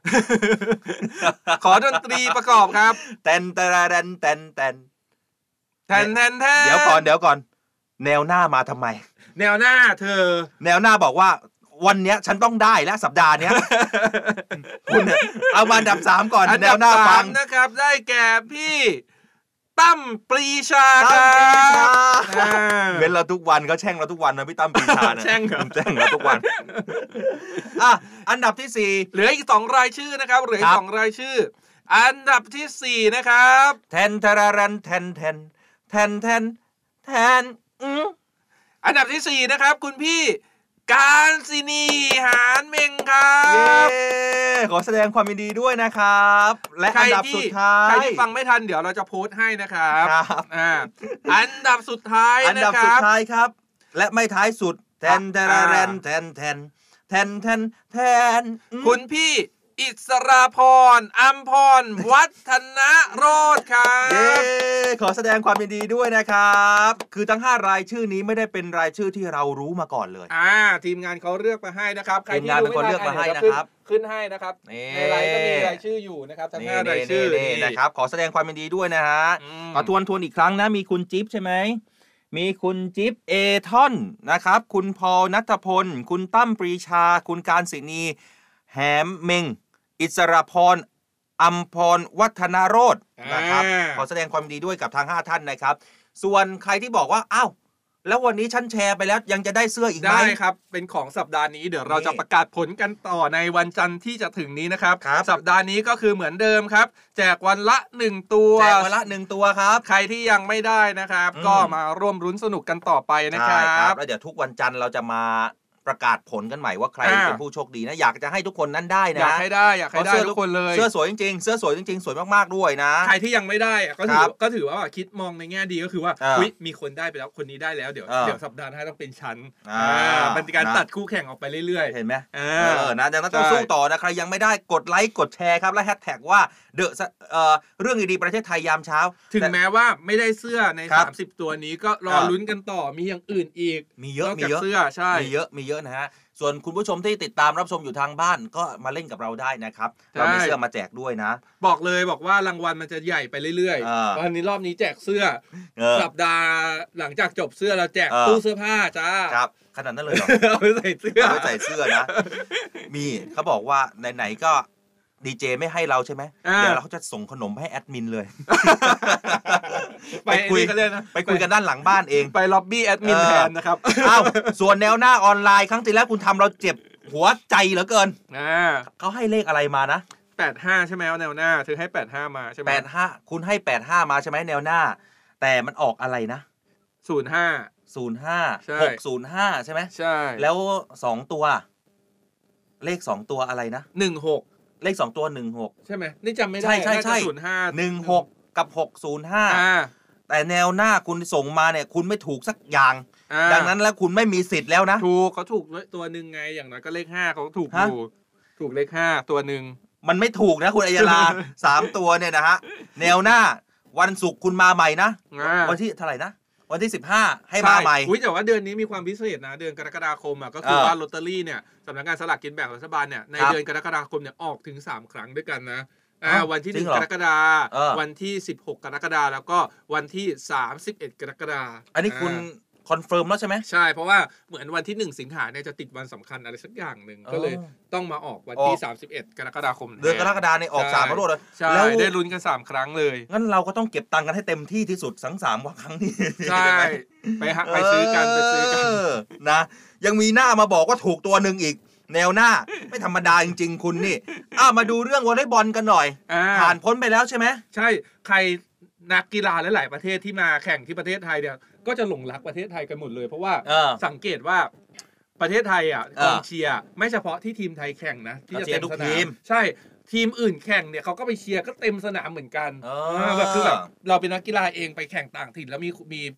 [SPEAKER 5] ขอดนตรีประกอบครับ
[SPEAKER 4] แตนแตนแตนแตน
[SPEAKER 5] แทนแทนแทน
[SPEAKER 4] เดี๋ยวก่อนเดี๋ยวก่อนแนวหน้ามาทำไม
[SPEAKER 5] แนวหน้าเธอ
[SPEAKER 4] แนวหน้าบอกว่าวันเนี้ยฉันต้องได้และสัปดาห์เนี้ยคุณเอามาอันดับสามก่อนแนวหน้าฟัง
[SPEAKER 5] นะครับได้แก่พี่ตั้มปรีชาครับ
[SPEAKER 4] เว้นเราทุกวันเขาแช่งเราทุกวันนะพี่ตั้มปรีชาเนี่ย
[SPEAKER 5] แช่ง
[SPEAKER 4] แช่งเราทุกวันอ่ะอันดับที่สี่
[SPEAKER 5] เหลืออีกสองรายชื่อนะครับเหลืออีกสองรายชื่ออันดับที่สี่นะครับ
[SPEAKER 4] แทนทารันแทนแทนแทนแทนแทน
[SPEAKER 5] อันดับที่สี่นะครับคุณพี่การศินีหานเมงครับ
[SPEAKER 4] เย้ขอแสดงความยินดีด้วยนะครับและอันดับสุดท้าย
[SPEAKER 5] ใครที่ฟังไม่ทันเดี๋ยวเราจะโพสต์ให้นะครับอ่าอันดับสุดท้ายนะครับอันดับสุด
[SPEAKER 4] ท้ายครับและไม่ท้ายสุดแทนแทนแทนแทนแทนแทนแทน
[SPEAKER 5] คุณพี่อิสราพรอัมพรวัฒนโรจน์ครับ
[SPEAKER 4] เย้ขอแสดงความยินดีด้วยนะครับคือทั้งห้ารายชื่อนี้ไม่ได้เป็นรายชื่อที่เรารู้มาก่อนเลย
[SPEAKER 5] อ่าทีมงานเขาเลือกมาให้นะครับ
[SPEAKER 4] ใครที่รู้ไม่ทันเลือกมาให้นะครับ
[SPEAKER 5] ขึ้นให้นะครับในรายก็มีรายชื่ออยู่นะครับทั้งห้ารายชื่อ
[SPEAKER 4] นี่นะครับขอแสดงความยินดีด้วยนะฮะขอทวนทวนอีกครั้งนะมีคุณจิ๊บใช่ไหมมีคุณจิ๊บเอทอนนะครับคุณพอลณัฐพลคุณตั้มปรีชาคุณการศินีแหมเมงอิสราพรอัมพรวัฒนโรจน์นะครับขอแสดงความดีด้วยกับทางห้าท่านนะครับส่วนใครที่บอกว่าอ้าวแล้ววันนี้ฉันแชร์ไปแล้วยังจะได้เสื้ออีกไหม
[SPEAKER 5] ได้ครับเป็นของสัปดาห์นี้เดี๋ยวเราจะประกาศผลกันต่อในวันจันทร์ที่จะถึงนี้นะครับสัปดาห์นี้ก็คือเหมือนเดิมครับแจกวันละหนึ่งตัว
[SPEAKER 4] แจกวันละหนึ่งตัวครับ
[SPEAKER 5] ใครที่ยังไม่ได้นะครับก็มาร่วมรุ้นสนุกกันต่อไปนะครับ
[SPEAKER 4] แล้วเดี๋ยวทุกวันจันทร์เราจะมาประกาศผลกันใหม่ว่าใครเป็นผู้โชคดีนะอยากจะให้ทุกคนนั้นได้นะ
[SPEAKER 5] อยากให้ได้อยากให้ได้ทุกคนเลย
[SPEAKER 4] เสื้อสวยจริงๆเสื้อสวยจริงๆสวยมากๆด้วยนะ
[SPEAKER 5] ใครที่ยังไม่ได้ก็ถือก็ถือว่าคิดมองในแง่ดีก็คือว่าอุ๊ยมีคนได้ไปแล้วคนนี้ได้แล้วเดี๋ยวเดี๋ยวสัปดาห์หน้าต้องเป็นชั้นเป็นการตัดคู่แข่งออกไปเรื่อย
[SPEAKER 4] ๆเห็นไหมเออนะดังนั้นต้องสู้ต่อนะใครยังไม่ได้กดไลค์กดแชร์ครับและแฮชแท็กว่าเดอะเรื่องดีๆประเทศไทยยามเช้า
[SPEAKER 5] ถึงแม้ว่าไม่ได้เสื้อในสามสิบตัวนี้ก็รอลุ้นกันต่อมีอย่างอื่นอีก
[SPEAKER 4] มีเยอะมีเยอะ
[SPEAKER 5] เสื้อใช่
[SPEAKER 4] มีเยอะมีเยอะนะฮะส่วนคุณผู้ชมที่ติดตามรับชมอยู่ทางบ้านก็มาเล่นกับเราได้นะครับเรามีเสื้อมาแจกด้วยนะ
[SPEAKER 5] บอกเลยบอกว่ารางวัลมันจะใหญ่ไปเรื่อยๆวันนี้รอบนี้แจกเสื้อสัปดาห์หลังจากจบเสื้อเราแจกตู้เสื้อผ้าจ้า
[SPEAKER 4] ครับขนาดนั้นเลยเหรอ
[SPEAKER 5] เอาไปใส่เสื้อ
[SPEAKER 4] เอาไปใส่เสื้อนะมีเขาบอกว่าไหนๆก็ดีเจไม่ให้เราใช่ไหมเดี๋ยวเราเขาจะส่งขนมให้แอดมินเลยไปคุยกันเลยนะไปคุยกันด้านหลังบ้านเอง
[SPEAKER 5] ไปล็อบบี้แอดมินแทนนะครับ
[SPEAKER 4] อ้าวส่วนแนวหน้าออนไลน์ครั้งที่แล้วคุณทำเราเจ็บหัวใจเหลือเกินเขาให้เลขอะไรมานะ
[SPEAKER 5] แปดห้าใช่ไหมแนวหน้าเธอให้แปดห้ามาใช่ไหม
[SPEAKER 4] แปดห้าคุณให้แปดห้ามาใช่ไหมแนวหน้าแต่มันออกอะไรนะ
[SPEAKER 5] ศูนย์ห้า
[SPEAKER 4] ศูนย์ห้าหกศูนย์ห้าใช่ไหม
[SPEAKER 5] ใช่
[SPEAKER 4] แล้วสองตัวเลขสองตัวอะไรนะ
[SPEAKER 5] หนึ่งหก
[SPEAKER 4] เลขสองตัวหนึ่งหก
[SPEAKER 5] ใช่ไหมนี่จำไม่ได้
[SPEAKER 4] ใช่ใช่ใช่
[SPEAKER 5] ศูนย์ห้า
[SPEAKER 4] หนึ่งหกกับหกศูนย์ห้าแต่แนวหน้าคุณส่งมาเนี่ยคุณไม่ถูกสักอย่างดังนั้นแล้วคุณไม่มีสิทธิ์แล้วนะ
[SPEAKER 5] ถูกเขาถูกตัวหนึ่งไงอย่างน้อยก็เลขห้าเขาถูกอยู่ถูกเลขห้าตัวหนึ่ง
[SPEAKER 4] มันไม่ถูกนะคุณอัยราสามตัวเนี่ยนะฮะแนวหน้าวันศุกร์คุณมาใหม่นะวันที่เท่าไหร่นะวันที่สิบห้าให้มาใหม่
[SPEAKER 5] อุ้ยแต่ว่าเดือนนี้มีความพิเศษนะเดือนกรกฎาคมอ่ะก็คือว่าลอตเตอรี่เนี่ยสำนักงานสลากกินแบ่งรัฐบาลเนี่ยในเดือนกรกฎาคมเนี่ยออกถึงสามครั้งด้วยกันนะอ่าวันที่หนึ่งกรกฎาคมวันที่สิบหกกรกฎาคมแล้วก็วันที่สามสิบเอ็ดกรกฎาคม
[SPEAKER 4] อันนี้คุณคอนเฟิร์มแล้วใช่ไหม
[SPEAKER 5] ใช่เพราะว่าเหมือนวันที่หนึ่งสิงหาเนี่ยจะติดวันสำคัญอะไรสักอย่างหนึ่งก็เลยต้องมาออกวันที่สามสิบเอ็ดกรกฎาคม
[SPEAKER 4] เดือนกรกฎาคมเนี่ยออกสามครั้งเลย
[SPEAKER 5] แล้วได้ลุ้นกันสามครั้งเลย
[SPEAKER 4] งั้นเราก็ต้องเก็บตังค์กันให้เต็มที่ที่สุดทั้งสามครั้งนี้
[SPEAKER 5] ใช่ไปหาไปซื้อกันไปซื้อกัน
[SPEAKER 4] นะยังมีหน้ามาบอกว่าถูกตัวนึงอีกแนวหน้าไม่ธรรมดาจริงๆคุณนี่อ้าวมาดูเรื่องวอลเลย์บอลกันหน่อยผ่านพ้นไปแล้วใช่ไหม
[SPEAKER 5] ใช่ใครนักกีฬาหลายๆประเทศที่มาแข่งที่ประเทศไทยเนี่ยก็จะหลงรักประเทศไทยกันหมดเลยเพราะว่าสังเกตว่าประเทศไทยอ่ะกองเชียร์ไม่เฉพาะที่ทีมไทยแข่งนะที่จะเต็มสนามใช่ทีมอื่นแข่งเนี่ยเขาก็ไปเชียร์ก็เต็มสนามเหมือนกันแบบคือแบบเราเป็นนักกีฬาเองไปแข่งต่างถิ่นแล้วมีมีแบบ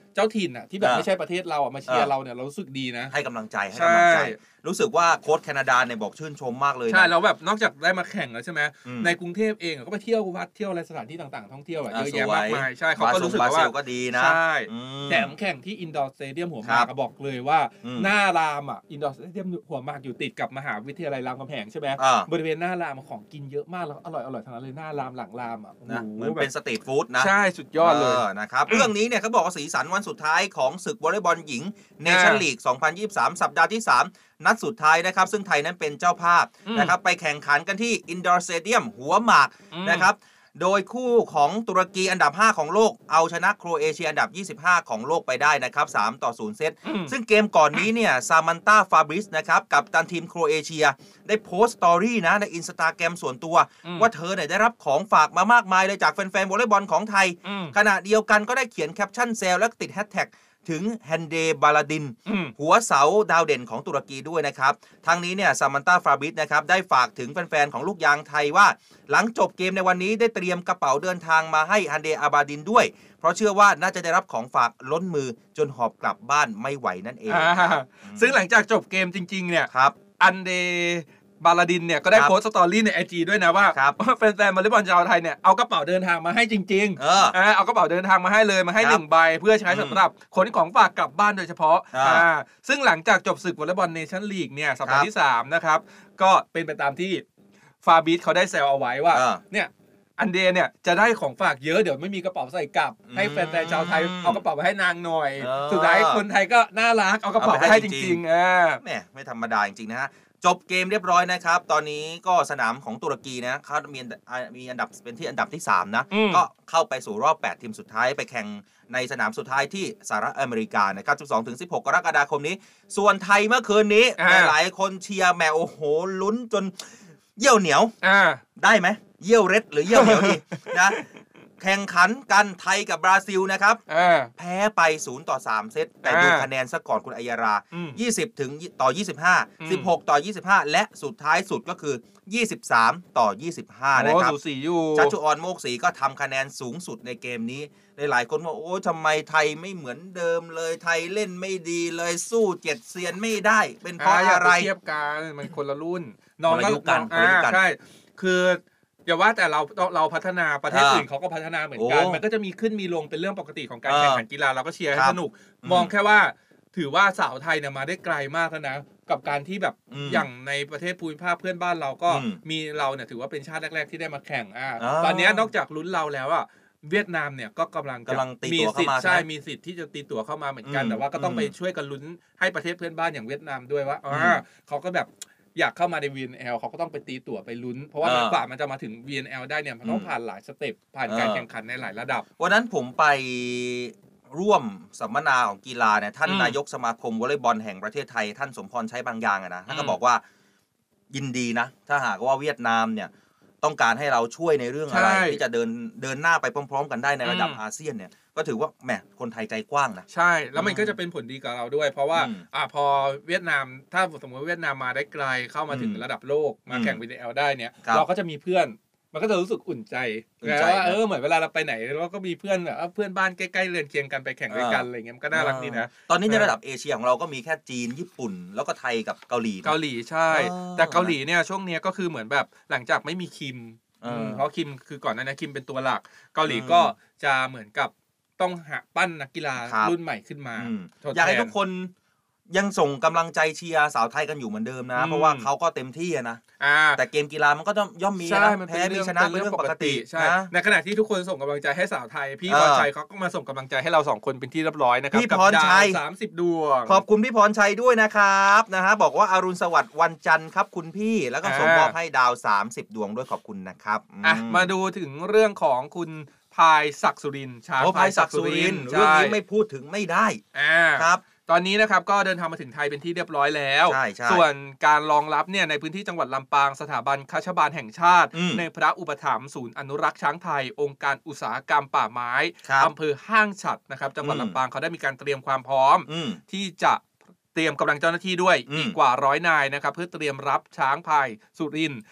[SPEAKER 5] เจ้าถิ่นอ่ะที่แบบไม่ใช่ประเทศเราอ่ะมาเชียร์เราเนี่ยเรารู้สึกดีนะ
[SPEAKER 4] ให้กำลังใจให้กำลังใจรู้สึกว่าโค้ชแคนาดาเนี่ยบอกชื่นชมมากเลย
[SPEAKER 5] ใช่แล้วแบบนอกจากได้มาแข่งแล้วใช่ไหมในกรุงเทพเองก็ไปเที่ยววัดเที่ยวอะไรสถานที่ต่างๆท่องเที่ยวเยอะแยะมากมายใช่เขาก็รู้สึกว่า
[SPEAKER 4] ก็ดีนะ
[SPEAKER 5] ใช่แถมแข่งที่อินดอร์สเตเดียมหัวหมากบอกเลยว่าหน้ารามอ่ะอินดอร์สเตเดียมหัวหมากอยู่ติดกับมหาวิทยาลัยรามคำแหงใช่ไหมบริเวณหน้ารามของกินเยอะมากแล้วอร่อยอร่อยทั้งนั้นเลยหน้ารามหลังรามอ่ะ
[SPEAKER 4] นะเหมือนเป็นสตรีทฟู้ดนะ
[SPEAKER 5] ใช่สุดยอดเลย
[SPEAKER 4] นะครับเรื่องนี้เนี่ยเขาบอกว่าสีสันวันสุดท้ายของศึกวอลเลย์บอลหญิงเนชั่นลีกสองพันยี่สิบสามสัปดาห์ที่สามนัดสุดท้ายนะครับซึ่งไทยนั้นเป็นเจ้าภาพนะครับไปแข่งขันกันที่อินดอร์สเตเดียมหัวหมากนะครับโดยคู่ของตุรกีอันดับห้าของโลกเอาชนะโครเอเชียอันดับยี่สิบห้าของโลกไปได้นะครับสามต่อศูนย์เซตซึ่งเกมก่อนนี้เนี่ยซามันตาฟาบริสนะครับกับตันทีมโครเอเชียได้โพสต์สตอรี่นะใน Instagram ส่วนตัวว่าเธอเนี่ยได้รับของฝากมามากมายเลยจากแฟนๆวอลเลย์บอลของไทยขณะเดียวกันก็ได้เขียนแคปชั่นแซวและติดแฮชแท็กถึงแฮนเดบาลาดินหัวเสาดาวเด่นของตุรกีด้วยนะครับทั้งนี้เนี่ยซามันตาฟาบริสนะครับได้ฝากถึงแฟนๆของลูกยางไทยว่าหลังจบเกมในวันนี้ได้เตรียมกระเป๋าเดินทางมาให้ฮันเดอาบาดินด้วยเพราะเชื่อว่าน่าจะได้รับของฝากล้นมือจนหอบกลับบ้านไม่ไหวนั่นเอง
[SPEAKER 5] ซึ่งหลังจากจบเกมจริงๆเนี่ย
[SPEAKER 4] ครับ
[SPEAKER 5] อันเดบาลาดินเนี่ยก็ได้โพสต์สตอรี่ใน ไอ จี ด้วยนะว่าแฟนๆวอลเลย์บอลชาวไทยเนี่ยเอากระเป๋าเดินทางมาให้จริงๆ
[SPEAKER 4] เออ
[SPEAKER 5] เอากระเป๋าเดินทางมาให้เลยมาให้หนึ่งใบเพื่อใช้สำหรับขนของฝากกลับบ้านโดยเฉพาะซึ่งหลังจากจบศึกวอลเลย์บอลเนชั่นลีกเนี่ยสัปดาห์ที่สามนะครับก็เป็นไปตามที่ฟาบิสเขาได้แซวเอาไว้ว่าเนี่ยอันเดเนี่ยจะได้ของฝากเยอะเดี๋ยวไม่มีกระเป๋าใส่กลับให้แฟนๆชาวไทยเอากระเป๋าไปให้นางหน่อยสุดท้ายคนไทยก็น่ารักเอากระเป๋าไปให้จริงๆอ่า
[SPEAKER 4] แหมไม่ธรรมดาจริงๆนะฮะจบเกมเรียบร้อยนะครับตอนนี้ก็สนามของตุรกีนะเขามีมีอันดับเป็นที่อันดับที่สามนะก็เข้าไปสู่รอบแปดทีมสุดท้ายไปแข่งในสนามสุดท้ายที่สหรัฐอเมริกานะครับสิบสองถึงสิบหกกรกฎาคมนี้ส่วนไทยเมื่อคืนนี้หลายคนเชียร์แหมโอ้โหลุ้นจนเยี่ยวเหนียวได้ไหมเยี่ยวเร็ดหรือเยี่ยวเหนียวดีนะแข่งขันกันไทยกับบราซิลนะครับแพ้ไปศูนย์ต่อสามเซตแต่ดูคะแนนซะก่อนคุณอัยรายี่สิบถึงต่อยี่สิบห้า สิบหกต่อยี่สิบห้าและสุดท้ายสุดก็คือยี่สิบสามต่อยี่สิบห้านะครับชัชชุออนโมกศรีก็ทำคะแนนสูงสุดในเกมนี้หลายๆคนว่าโอ้ทำไมไทยไม่เหมือนเดิมเลยไทยเล่นไม่ดีเลยสู้เจ็ดเซียนไม่ได้เป็นเพราะอะไร
[SPEAKER 5] เทียบกันมันคนละรุ่นน้องก็กันใช่คืออย่าว่าแต่เราเราพัฒนาประเทศอื่นเขาก็พัฒนาเหมือนกันมันก็จะมีขึ้นมีลงเป็นเรื่องปกติของการแข่งขันกีฬาเราก็เชียร์ให้สนุกมองแค่ว่าถือว่าสาวไทยเนี่ยมาได้ไกลมากแล้วนะกับการที่แบบอย่างในประเทศภูมิภาคเพื่อนบ้านเราก็มีเราเนี่ยถือว่าเป็นชาติแรกๆที่ได้มาแข่งอ่าตอนนี้นอกจากลุ้นเราแล้วอ่ะเวียดนามเนี่ยก็กำลังมีสิทธิ์ใช่มีสิทธิ์ที่จะตีตั๋วเข้ามาเหมือนกันแต่ว่าก็ต้องไปช่วยกันลุ้นให้ประเทศเพื่อนบ้านอย่างเวียดนามด้วยว่าอ่าเขาก็แบบอยากเข้ามาใน วี เอ็น แอล เขาก็ต้องไปตีตั๋วไปลุ้นเพราะว่ากว่ามันจะมาถึง วี เอ็น แอล ได้เนี่ยมันต้องผ่านหลายสเต็ปผ่านการแข่งขันในหลายระดับ
[SPEAKER 4] วันนั้นผมไปร่วมสัมมนาของกีฬาเนี่ยท่านนายกสมาคมวอลเลย์บอลแห่งประเทศไทยท่านสมพรใช้บางอย่างอะนะท่านก็บอกว่ายินดีนะถ้าหากว่าเวียดนามเนี่ยต้องการให้เราช่วยในเรื่องอะไรที่จะเดินเดินหน้าไปพร้อมๆกันได้ในระดับอาเซียนเนี่ยก็ถือว่าแหมคนไทยใจกว้างนะ
[SPEAKER 5] ใช่แล้วมันก็จะเป็นผลดีกับเราด้วยเพราะว่าอ่าพอเวียดนามถ้าสมมติเวียดนามมาได้ไกลเข้ามาถึงระดับโลกมาแข่ง วี เอ็น แอล ได้เนี่ยเราก็จะมีเพื่อนมันก็จะรู้สึกอุ่นใจว่าเออเหมือนเวลาเราไปไหนเราก็มีเพื่อนแบบเพื่อนบ้านใกล้ๆเรือนเคียงกันไปแข่งด้วยกันอะไรเงี้ยมันก็น่ารักดีนะ
[SPEAKER 4] ตอนนี้ในระดับเอเชียของเราก็มีแค่จีนญี่ปุ่นแล้วก็ไทยกับเกาหลี
[SPEAKER 5] เกาหลีใช่แต่เกาหลีเนี่ยช่วงนี้ก็คือเหมือนแบบหลังจากไม่มีคิมเพราะคิมคือก่อนหน้านี้คิมเป็นตัวหลักเกาหลีก็จะเหมือนกับต้องหาปั้นนักกีฬารุ่นใหม่ขึ้นมา
[SPEAKER 4] อยากให้ทุกคนยังส่งกำลังใจเชียร์สาวไทยกันอยู่เหมือนเดิมนะเพราะว่าเขาก็เต็มที่นะแต่เกมกีฬามันก็ย่อมมีนะแพ้มีชนะเป็นเรื่องปกติ
[SPEAKER 5] ใช่ในขณะที่ทุกคนส่งกำลังใจให้สาวไทยพี่พรชัยเขาก็มาส่งกำลังใจให้เราสองคนเป็นที่เรียบร้อยนะครับ
[SPEAKER 4] พี่พรชัย
[SPEAKER 5] สามสิบดวง
[SPEAKER 4] ขอบคุณพี่พรชัยด้วยนะครับนะฮะบอกว่าอรุณสวัสดิ์วันจันทร์ครับคุณพี่แล้วก็ส่งมอบให้ดาวสามสิบดวงด้วยขอบคุณนะครับ
[SPEAKER 5] อ่ะมาดูถึงเรื่องของคุณพายศักดิ์สุรินทร์
[SPEAKER 4] ชาพายศักดิ์สุรินทร์เรื่องนี้ไม่พูดถึงไม่ได้ครับ
[SPEAKER 5] ตอนนี้นะครับก็เดินทางมาถึงไทยเป็นที่เรียบร้อยแล้วส่วนการรองรับเนี่ยในพื้นที่จังหวัดลำปางสถาบันคชบาลแห่งชาติในพระอุปถัมภ์ศูนย์อนุรักษ์ช้างไทยองค์การอุตสาหกรรมป่าไม้อำเภอห้างฉัตรนะครับจังหวัดลำปางเขาได้มีการเตรียมความพร้อมที่จะเตรียมกำลังเจ้าหน้าที่ด้วยอีกกว่าร้อยนายนะครับเพื่อเตรียมรับช้างพายสุรินทร์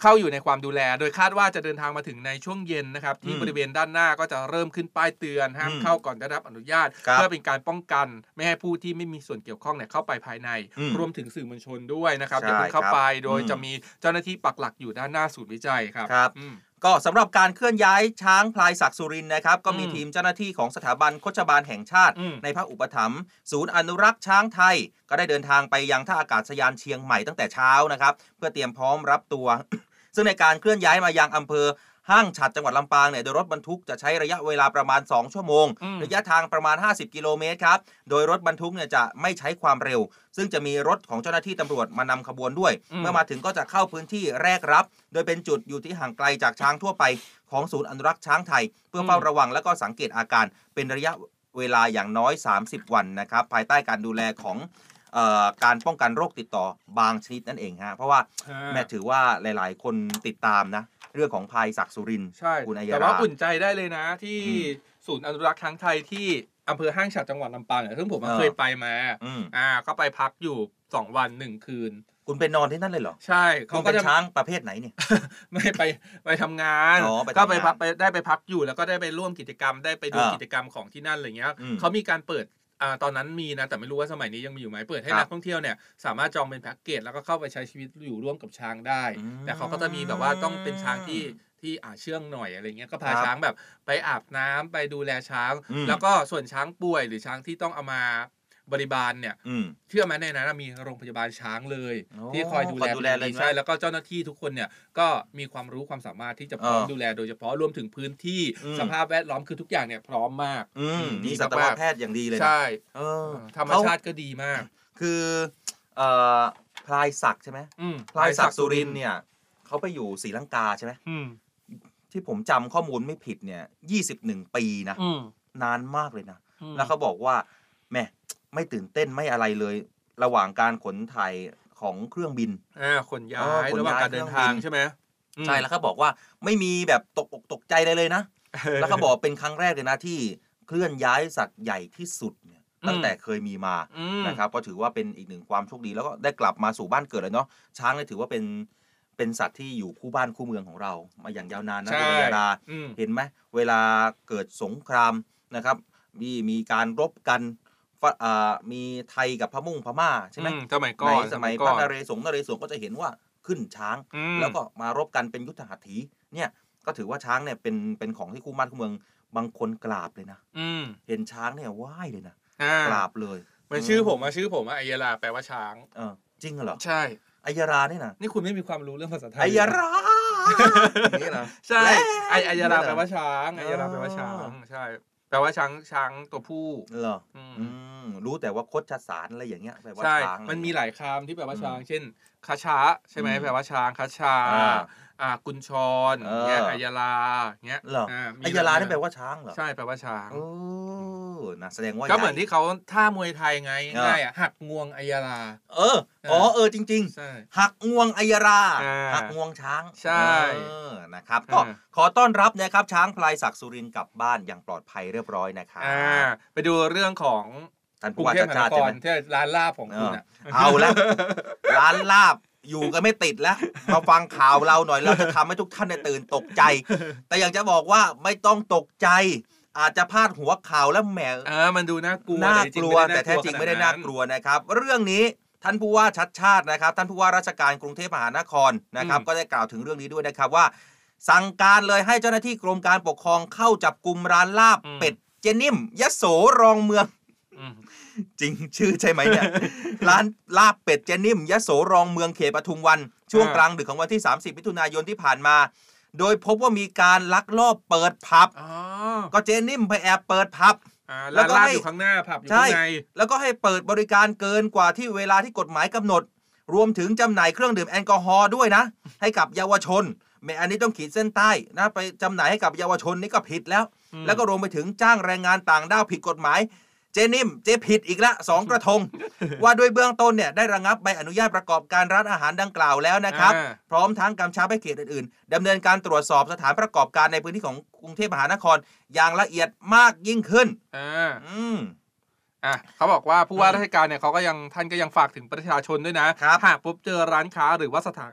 [SPEAKER 5] เข้าอยู่ในความดูแลโดยคาดว่าจะเดินทางมาถึงในช่วงเย็นนะครับที่บริเวณด้านหน้าก็จะเริ่มขึ้นป้ายเตือนห้ามเข้าก่อนได้รับอนุญาตเพื่อเป็นการป้องกันไม่ให้ผู้ที่ไม่มีส่วนเกี่ยวข้องเนี่ยเข้าไปภายในรวมถึงสื่อมวลชนด้วยนะครับอย่าเพิ่งเข้าไปโดยจะมีเจ้าหน้าที่ปักหลักอยู่ด้านหน้าศูนย์วิจัยครับ
[SPEAKER 4] ก็สำหรับการเคลื่อนย้ายช้างพลายศักดิ์สุรินทร์นะครับก็มีทีมเจ้าหน้าที่ของสถาบันโฆษบาลแห่งชาติในภาคอุปถัมภ์ศูนย์อนุรักษ์ช้างไทยก็ได้เดินทางไปยังท่าอากาศยานเชียงใหม่ตั้งแต่เช้านะครับเพื่อเตรียมพร้อมรับตัว ซึ่งในการเคลื่อนย้ายมายังอำเภอห้างฉัตรจังหวัดลำปางเนี่ยโดยรถบรรทุกจะใช้ระยะเวลาประมาณสองชั่วโมงระยะทางประมาณห้าสิบกิโลเมตรครับโดยรถบรรทุกเนี่ยจะไม่ใช้ความเร็วซึ่งจะมีรถของเจ้าหน้าที่ตำรวจมานำขบวนด้วยเมื่อมาถึงก็จะเข้าพื้นที่แรกรับโดยเป็นจุดอยู่ที่ห่างไกลจากช้างทั่วไปของศูนย์อนุรักษ์ช้างไทยเพื่อเฝ้าระวังและก็สังเกตอาการเป็นระยะเวลาอย่างน้อยสามสิบวันนะครับภายใต้การดูแลของเอ่อการป้องกันโรคติดต่อบางชนิดนั่นเองฮะเพราะว่าแม่ถือว่าหลายๆคนติดตามนะเรื่องของพลายศักดิ์สุรินทร์
[SPEAKER 5] คุณอัยราแต่ว่าอุ่นใจได้เลยนะที่ศูนย์อนุรักษ์ช้างไทยที่อำเภอห้างฉัตรจังหวัดลำปางเนี่ยซึ่งผมเคยไปมาอ่าก็ไปพักอยู่สองวันหนึ่งคืน
[SPEAKER 4] คุณไปนอนที่นั่นเลยเหรอ
[SPEAKER 5] ใช่
[SPEAKER 4] เขาก็เป็นช้างประเภทไหนเนี่ย
[SPEAKER 5] ไม่ไปไปทำงานก็ไปพักไปได้ไปพักอยู่แล้วก็ได้ไปร่วมกิจกรรมได้ไปดูกิจกรรมของที่นั่นอะไรเงี้ยเขามีการเปิดอ่าตอนนั้นมีนะแต่ไม่รู้ว่าสมัยนี้ยังมีอยู่ไหมเปิดให้นักท่องเที่ยวเนี่ยสามารถจองเป็นแพ็กเกจแล้วก็เข้าไปใช้ชีวิตอยู่ร่วมกับช้างได้แต่เขาก็จะมีแบบว่าต้องเป็นช้างที่ที่อ่าเชื่องหน่อยอะไรเงี้ยก็พาช้างแบบไปอาบน้ำไปดูแลช้างแล้วก็ส่วนช้างป่วยหรือช้างที่ต้องเอามาบริบาลเนี่ยเชื่อไหมในนั้นมีโรงพยาบาลช้างเลยที่คอยดูแลเลยใช่แล้วก็เจ้าหน้าที่ทุกคนเนี่ยก็มีความรู้ความสามารถที่จะพร้อมดูแลโดยเฉพาะรวมถึงพื้นที่สภาพแวดล้อมคือทุกอย่างเนี่ยพร้อมมาก
[SPEAKER 4] มีสัตวแพทย์อย่างดีเลย
[SPEAKER 5] ใช่ธรรมชาติก็ดีมาก
[SPEAKER 4] คือพลายศักดิ์ใช่ไหมพลายศักดิ์สุรินทร์เนี่ยเขาไปอยู่ศรีลังกาใช่ไหมที่ผมจำข้อมูลไม่ผิดเนี่ยยี่สิบเอ็ดปีนะนานมากเลยนะแล้วเขาบอกว่าแม่ไม่ตื่นเต้นไม่อะไรเลยระหว่างการขนถ่ายของเครื่องบิน
[SPEAKER 5] อ่าขนย้ายระหว่างการเดินทางใช่ไหม
[SPEAKER 4] ใช่แล้วเขาบอกว่าไม่มีแบบตกอกตกใจเลยเลยนะแล้วเขาบอกเป็นครั้งแรกเลยนะที่เคลื่อนย้ายสัตว์ใหญ่ที่สุดเนี่ยตั้งแต่เคยมีมานะครับก็ถือว่าเป็นอีกหนึ่งความโชคดีแล้วก็ได้กลับมาสู่บ้านเกิดเลยเนาะช้างเนี่ยถือว่าเป็นเป็นสัตว์ที่อยู่คู่บ้านคู่เมืองของเรามาอย่างยาวนานนะคุณอัยราเห็นไหมเวลาเกิดสงครามนะครับมีมีการรบกันมีไทยกับพม่งพม่าใช่ไหม
[SPEAKER 5] สมัยก่อน
[SPEAKER 4] ในสมัยพระนเรศวรนเรศวรก็จะเห็นว่าขึ้นช้างแล้วก็มารบกันเป็นยุทธหัตถีเนี่ยก็ถือว่าช้างเนี่ยเป็นเป็นของที่คู่บ้านคู่เมืองบางคนกราบเลยนะเห็นช้างเนี่ยไหว้เลยนะกราบเลย
[SPEAKER 5] มันชื่อผมมาชื่อผมอัยราแปลว่าช้าง
[SPEAKER 4] เออจริงเหรอ
[SPEAKER 5] ใช่
[SPEAKER 4] อัยรานี่นะ
[SPEAKER 5] นี่คุณไม่มีความรู้เรื่องภาษาไทย
[SPEAKER 4] อัยรานี่เหรอ
[SPEAKER 5] ใช่อัยราแปลว่าช้างอัยราแปลว่าช้างใช่แปลว่าช้างช้างตัวผู้
[SPEAKER 4] เหรออืมรู้แต่ว่าคดชสารอะไรอย่างเงี้ยแปลว่าช้าง
[SPEAKER 5] มันมีหลายคำที่แปลว่าช้างเช่นคาชาใช่ไหมแปลว่าช้างคาชาอ่ากุญชรเนี่ยอัยราเงี้ย
[SPEAKER 4] เหรออัยรานี่แปลว่าช้างเหรอ
[SPEAKER 5] ใช่แปลว่าช้าง
[SPEAKER 4] โอ้นะแสดงว่า
[SPEAKER 5] ก็เหมือนที่เขาท่ามวยไทยไงง่ายอ่ะหักงวงอัยรา
[SPEAKER 4] เอออ๋อเออจริงๆหักงวงอัยราหักงวงช้าง
[SPEAKER 5] ใช่
[SPEAKER 4] นะครับก็ขอต้อนรับนะครับช้างพลายศักดิ์สุรินทร์กลับบ้านอย่างปลอดภัยเรียบร้อยนะครับ
[SPEAKER 5] ไปดูเรื่องของ
[SPEAKER 4] กรุงเทพมหานคร
[SPEAKER 5] ที่ร้านลาบของคุณอ่ะ
[SPEAKER 4] เอาละร้านลาบอยู่กันไม่ติดแล้วมาฟังข่าวเราหน่อยเราจะทำให้ทุกท่านได้ตื่นตกใจแต่อยากจะบอกว่าไม่ต้องตกใจอาจจะพลาดหัวข่าวแล้วแหม
[SPEAKER 5] เออมันดูน่ากลัว
[SPEAKER 4] น่ากลัวแต่แท้จริงไม่ได้น่ากลัวนะครับเรื่องนี้ท่านผู้ว่าชัดชาตินะครับท่านผู้ว่าราชการกรุงเทพมหานครนะครับก็ได้กล่าวถึงเรื่องนี้ด้วยนะครับว่าสั่งการเลยให้เจ้าหน้าที่กรมการปกครองเข้าจับกุมร้านลาบเป็ดเจนิ่มยโสรองเมืองจริงชื่อใช่ไหมเนี่ยร้านลาบเป็ดเจนิ่มยโสรองเมืองเขตปทุมวันช่วงกลางดึกของวันที่สามสิบมิถุนายนที่ผ่านมาโดยพบว่ามีการลักลอบเปิดผับก็เจนิ่มไปแอบเปิดผับ
[SPEAKER 5] แล้วก็ให้อยู่ข้างหน้าผับอยู่ข้างใน
[SPEAKER 4] แล้วก็ให้เปิดบริการเกินกว่าที่เวลาที่กฎหมายกำหนดรวมถึงจำหน่ายเครื่องดื่มแอลกอฮอล์ด้วยนะให้กับเยาวชนแม้อันนี้ต้องขีดเส้นใต้นะไปจำหน่ายให้กับเยาวชนนี่ก็ผิดแล้วแล้วก็รวมไปถึงจ้างแรงงานต่างด้าวผิดกฎหมายเจนิ่มเจผิดอีกละสองกระทงว่าโดยเบื้องต้นเนี่ยได้ระงับใบอนุญาตประกอบการร้านอาหารดังกล่าวแล้วนะครับพร้อมทั้งกำชับให้เขตอื่นๆดำเนินการตรวจสอบสถานประกอบการในพื้นที่ของกรุงเทพมหานครอย่างละเอียดมากยิ่งขึ้น
[SPEAKER 5] อ่าอืมอ่ะเขาบอกว่าผู้ว่าราชการเนี่ยเขาก็ยังท่านก็ยังฝากถึงประชาชนด้วยนะหากพบเจอร้านค้าหรือว่าสถานส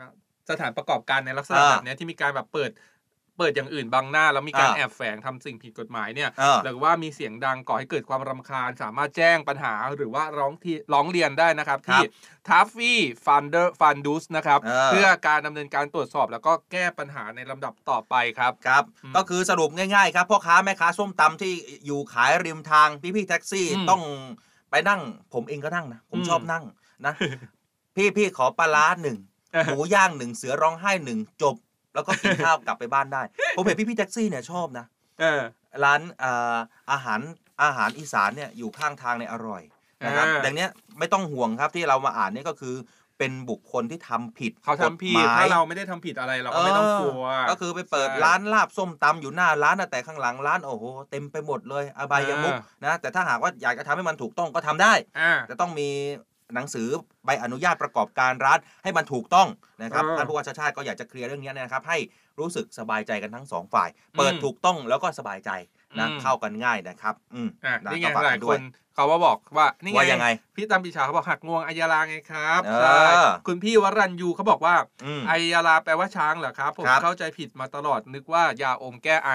[SPEAKER 5] สถานประกอบการในลักษณะแบบนี้ที่มีการแบบเปิดเปิดอย่างอื่นบังหน้าแล้วมีการแอบแฝงทำสิ่งผิดกฎหมายเนี่ยหรือว่ามีเสียงดังก่อให้เกิดความรำคาญสามารถแจ้งปัญหาหรือว่าร้องที่ร้องเรียนได้นะครับที่ Taffy Funder Fundus นะครับเพื่อการดำเนินการตรวจสอบแล้วก็แก้ปัญหาในลำดับต่อไปครับ
[SPEAKER 4] ครับก็คือสรุปง่ายๆครับพ่อค้าแม่ค้าส้มตำที่อยู่ขายริมทางพี่ๆแท็กซี่ต้องไปนั่งผมเองก็นั่งนะผมชอบนั่งนะพี่พี่ขอปลาร้าหนึ่งหมูย่างหนึ่งเสือร้องไห้หนึ่งจบแล้วก็กินข้าวกลับไปบ้านได้ผมเห็นพี่ๆแท็กซี่เนี่ยชอบนะร้านอาหารอาหารอีสานเนี่ยอยู่ข้างทางเนี่ยอร่อยนะครับอย่างเนี้ยไม่ต้องห่วงครับที่เรามาอ่านนี่ก็คือเป็นบุคคลที่ทำผิด
[SPEAKER 5] เขาทำผิดถ้าเราไม่ได้ทำผิดอะไรเราก็ไม่ต้องกลัว
[SPEAKER 4] ก็คือไปเปิดร้านลาบส้มตำอยู่หน้าร้านแต่ข้างหลังร้านโอ้โหเต็มไปหมดเลยอบายมุขนะแต่ถ้าหากว่าอยากจะทำให้มันถูกต้องก็ทำได้จะต้องมีหนังสือใบอนุญาตประกอบการร้านให้มันถูกต้องนะครับท่านผู้ว่าชาติชาติก็อยากจะเคลียร์เรื่องนี้นะครับให้รู้สึกสบายใจกันทั้งสองฝ่ายเปิดถูกต้องแล้วก็สบายใจนะเข้ากันง่ายนะครับอืม
[SPEAKER 5] นี่ไงหลายคนเขาว่าบอกว่านี่ไงพี่ตามปีชาเขาบอกหักงวงอัยยาลาไงครับใช่คุณพี่วรัญยูเขาบอกว่าอัยยาลาแปลว่าช้างเหรอครับผมเข้าใจผิดมาตลอดนึกว่ายาอมแก้ไอ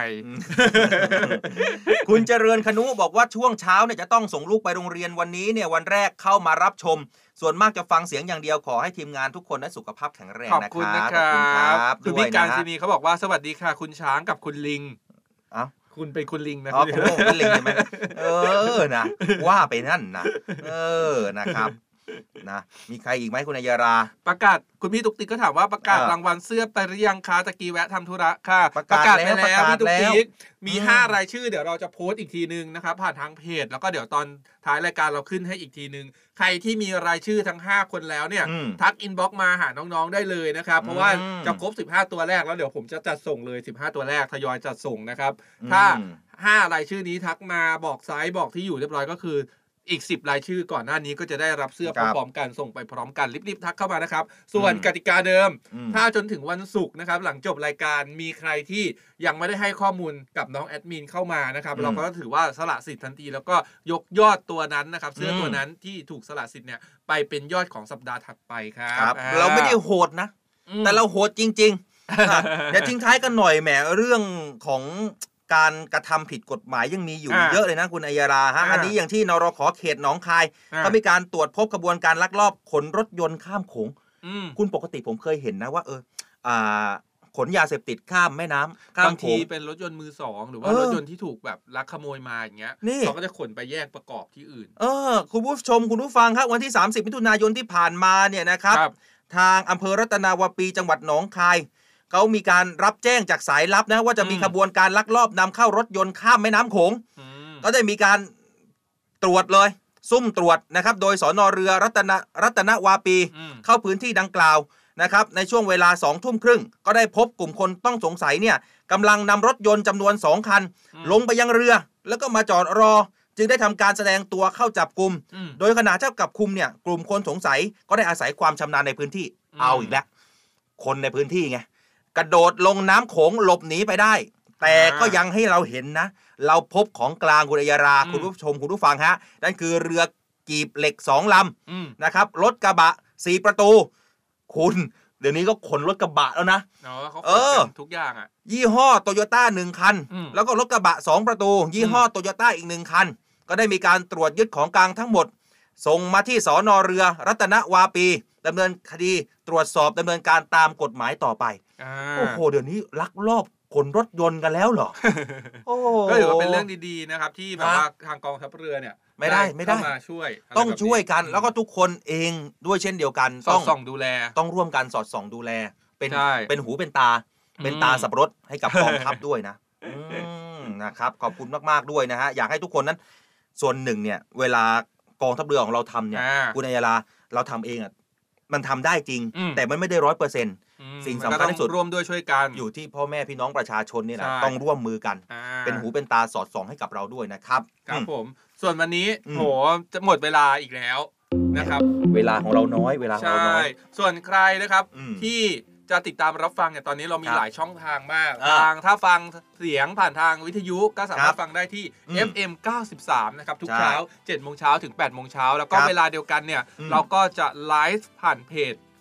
[SPEAKER 4] คุณเจริญคนุบอกว่าช่วงเช้าเนี่ยจะต้องส่งลูกไปโรงเรียนวันนี้เนี่ยวันแรกเข้ามารับชมส่วนมากจะฟังเสียงอย่างเดียวขอให้ทีมงานทุกคนได้สุขภาพแข็งแรงนะครับขอบคุณ
[SPEAKER 5] นะครับคุณพี่การศินีเขาบอกว่าสวัสดีค่ะคุณช้างกับคุณลิง
[SPEAKER 4] อ้าว
[SPEAKER 5] คุณเป็นคุณลิงนะ
[SPEAKER 4] อ๋อผมเป็นลิงใช่ไหมเออนะว่าไปนั่นนะเออนะครับนะมีใครอีกไหมคุณอัยยารา
[SPEAKER 5] ประกาศคุณพี่ตุ๊กติ๊กก็ถามว่าประกาศรางวัลเสื้อไปหรือยังคะตะกี้แวะทำธุระค่ะ
[SPEAKER 4] ประกาศไปแล้วพี่ตุ๊กติ๊ก
[SPEAKER 5] มีห้ารายชื่อเดี๋ยวเราจะโพสต์อีกทีนึงนะครับผ่านทางเพจแล้วก็เดี๋ยวตอนท้ายรายการเราขึ้นให้อีกทีนึงใครที่มีรายชื่อทั้งห้าคนแล้วเนี่ยทักอินบ็อกซ์มาหาน้องๆได้เลยนะครับเพราะว่าจะครบสิบห้าตัวแรกแล้วเดี๋ยวผมจะจัดส่งเลยสิบห้าตัวแรกทยอยจัดส่งนะครับถ้าห้ารายชื่อนี้ทักมาบอกไซส์บอกที่อยู่เรียบร้อยก็คืออีกสิบรายชื่อก่อนหน้านี้ก็จะได้รับเสื้อพร้อมๆกันส่งไปพร้อมกันรีบๆทักเข้ามานะครับส่วนกติกาเดิมถ้าจนถึงวันศุกร์นะครับหลังจบรายการมีใครที่ยังไม่ได้ให้ข้อมูลกับน้องแอดมินเข้ามานะครับเราก็ถือว่าสละสิทธิ์ทันทีแล้วก็ยกยอดตัวนั้นนะครับเสื้อตัวนั้นที่ถูกสละสิทธิ์เนี่ยไปเป็นยอดของสัปดาห์ถัดไปครับ
[SPEAKER 4] เราไม่ได้โหดนะแต่เราโหดจริงๆเดี๋ยวทิ้งท้ายกันหน่อยแหมเรื่องของการกระทำผิดกฎหมายยังมีอยู่เยอะเลยนะคุณอัยยาราฮะอันนี้อย่างที่นรข.เขตหนองคายก็มีการตรวจพบขบวนการลักลอบขนรถยนต์ข้ามโขงคุณปกติผมเคยเห็นนะว่าเอออ่าขนยาเสพติดข้ามแม่น้ำ
[SPEAKER 5] บางทีเป็นรถยนต์มือสองหรือว่ารถยนต์ที่ถูกแบบลักขโมยมาอย่างเงี้ยเขาก็จะขนไปแยกประกอบที่อื่น
[SPEAKER 4] เออคุณผู้ชมคุณผู้ฟังครับวันที่สามสิบมิถุนายนที่ผ่านมาเนี่ยนะครับทางอำเภอรัตนาวาปีจังหวัดหนองคายเขามีการรับแจ้งจากสายลับนะว่าจะมีขบวนการลักลอบนำเข้ารถยนต์ข้ามแม่น้ำโขงก็ได้มีการตรวจเลยซุ่มตรวจนะครับโดยสน.เรือรัตนรัตนวาปีเข้าพื้นที่ดังกล่าวนะครับในช่วงเวลาสองทุ่มครึ่งก็ได้พบกลุ่มคนต้องสงสัยเนี่ยกำลังนำรถยนต์จำนวนสองคันลงไปยังเรือแล้วก็มาจอดรอจึงได้ทำการแสดงตัวเข้าจับกุมโดยขณะเจ้ากับคุมเนี่ยกลุ่มคนสงสัยก็ได้อาศัยความชำนาญในพื้นที่เอาอีกแล้วคนในพื้นที่ไงกระโดดลงน้ำโขงหลบหนีไปได้แต่ก็ยังให้เราเห็นนะเราพบของกลางคุณอัยยาราคุณผู้ชมคุณผู้ฟังฮะนั่นคือเรือกีบเหล็กสองลำนะครับรถกระบะสี่ประตูคุณเดี๋ยวนี้ก็ขนรถกระบะแล้วนะ
[SPEAKER 5] เออทุกอย่างอ่ะ
[SPEAKER 4] ยี่ห้อโตโยต้าหนึ่งคันแล้วก็รถกระบะสองประตูยี่ห้อโตโยต้าอีกหนึ่งคันก็ได้มีการตรวจยึดของกลางทั้งหมดส่งมาที่สน.เรือรัตนวาปีดำเนินคดีตรวจสอบดำเนินการตามกฎหมายต่อไปโอ้โหเดี๋ยวนี้ลักลอบขนรถยนต์กันแล้วเหรอ
[SPEAKER 5] ก็ถือว่าเป็นเรื่องดีๆนะครับที่แบบว่าทางกองทัพเรือเนี่ย
[SPEAKER 4] ไม่ได้ไม่ได้
[SPEAKER 5] มาช่วย
[SPEAKER 4] ต้องช่วยกันแล้วก็ทุกคนเองด้วยเช่นเดียวกัน
[SPEAKER 5] ต้องส่องดูแล
[SPEAKER 4] ต้องร่วมกันสอดส่องดูแลเป็นเป็นหูเป็นตาเป็นตาสับรถให้กับกองทัพด้วยนะนะครับขอบคุณมากๆด้วยนะฮะอยากให้ทุกคนนั้นส่วนหนึ่งเนี่ยเวลากองทัพเรือของเราทำเนี่ยคุณอัยยาราเราทำเองอ่ะมันทำได้จริงแต่มันไม่ได้ร้อยเปอร์เซ็นต์สิ่งสำคัญที่สุด
[SPEAKER 5] ร่วมด้วยช่วยกัน
[SPEAKER 4] อยู่ที่พ่อแม่พี่น้องประชาชนนี่แหละต้องร่วมมือกันเป็นหูเป็นตาสอดส่องให้กับเราด้วยนะครับ
[SPEAKER 5] ครับผมส่วนวันนี้โหจะหมดเวลาอีกแล้วนะครับ
[SPEAKER 4] เวลาของเราน้อยเวลาของเราน้อย
[SPEAKER 5] ส่วนใครนะครับที่จะติดตามรับฟังเนี่ยตอนนี้เรามีหลายช่องทางมากทางถ้าฟังเสียงผ่านทางวิทยุก็สามารถฟังได้ที่ เอฟ เอ็ม เก้าสิบสามนะครับทุกเช้า เจ็ดโมงเช้าถึง แปดโมงเช้าแล้วก็เวลาเดียวกันเนี่ยเราก็จะไลฟ์ผ่านเพจ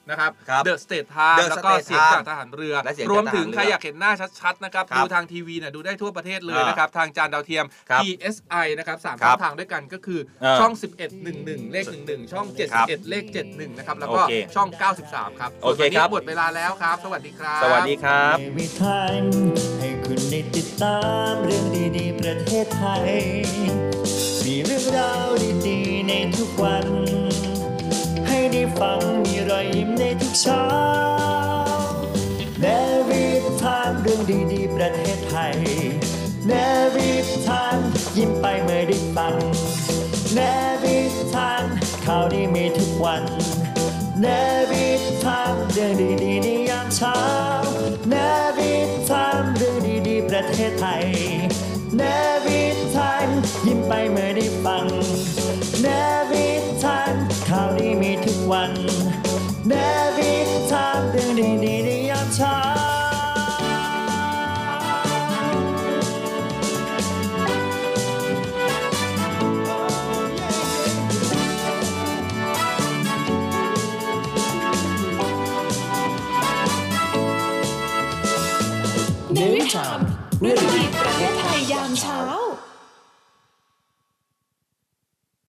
[SPEAKER 5] นะครับ
[SPEAKER 4] ครับ
[SPEAKER 5] The State Time
[SPEAKER 4] The
[SPEAKER 5] แล้วก็
[SPEAKER 4] State
[SPEAKER 5] เสียง
[SPEAKER 4] Time
[SPEAKER 5] จากทหารเรือ
[SPEAKER 4] และเสียง
[SPEAKER 5] รวม
[SPEAKER 4] จากทหาร
[SPEAKER 5] ถึง
[SPEAKER 4] เรือ
[SPEAKER 5] ใครอยากเห็นหน้าชัดๆนะครับ
[SPEAKER 4] ครับ
[SPEAKER 5] ดูทางทีวีเนี่ยดูได้ทั่วประเทศเลย
[SPEAKER 4] อ่าน
[SPEAKER 5] นะครับทางจานดาวเทียม
[SPEAKER 4] ครับ
[SPEAKER 5] พี เอส ไอ นะครับสาม
[SPEAKER 4] ครั
[SPEAKER 5] ช่อบ งทางด้วยกันก็คือ
[SPEAKER 4] เออ
[SPEAKER 5] ช่องสิบเอ็ด หนึ่งสิบเอ็ด เลขหนึ่งสิบเอ็ดช่องเจ็ดสิบเอ็ดเลขเจ็ดสิบเอ็ดนะครับแล้วก็
[SPEAKER 4] โอเค
[SPEAKER 5] ช่องเก้าสิบสามครับ
[SPEAKER 4] โอเคครับ
[SPEAKER 5] วันนี้หมดเวลาแล้วครับสวัสดีครับ
[SPEAKER 4] สวัสดีครับ
[SPEAKER 2] ในวิถีให้คุณได้ติดตามเรื่องดีๆประเทศไทย มีเรื่องราวดีๆในทุกวัน ให้ได้ฟังมีรอยยิ้มในทุกเช้าในวิถีเรื่องดีๆประเทศไทยในวิถียิ้มไปเมื่อได้ฟังในวิถีข่าวดีมีทุกวันในวิถีเรื่องดีๆในยามเช้าในวิถีเรื่องดีๆประเทศไทยในวิถียิ้มไปเมื่อได้ฟังในวิถีข่าวดีมีทุกวันในวิถีเรื่องดีๆในยามเช้า
[SPEAKER 3] เนวิชามเรื่องดีประเทศไทยยามเช้า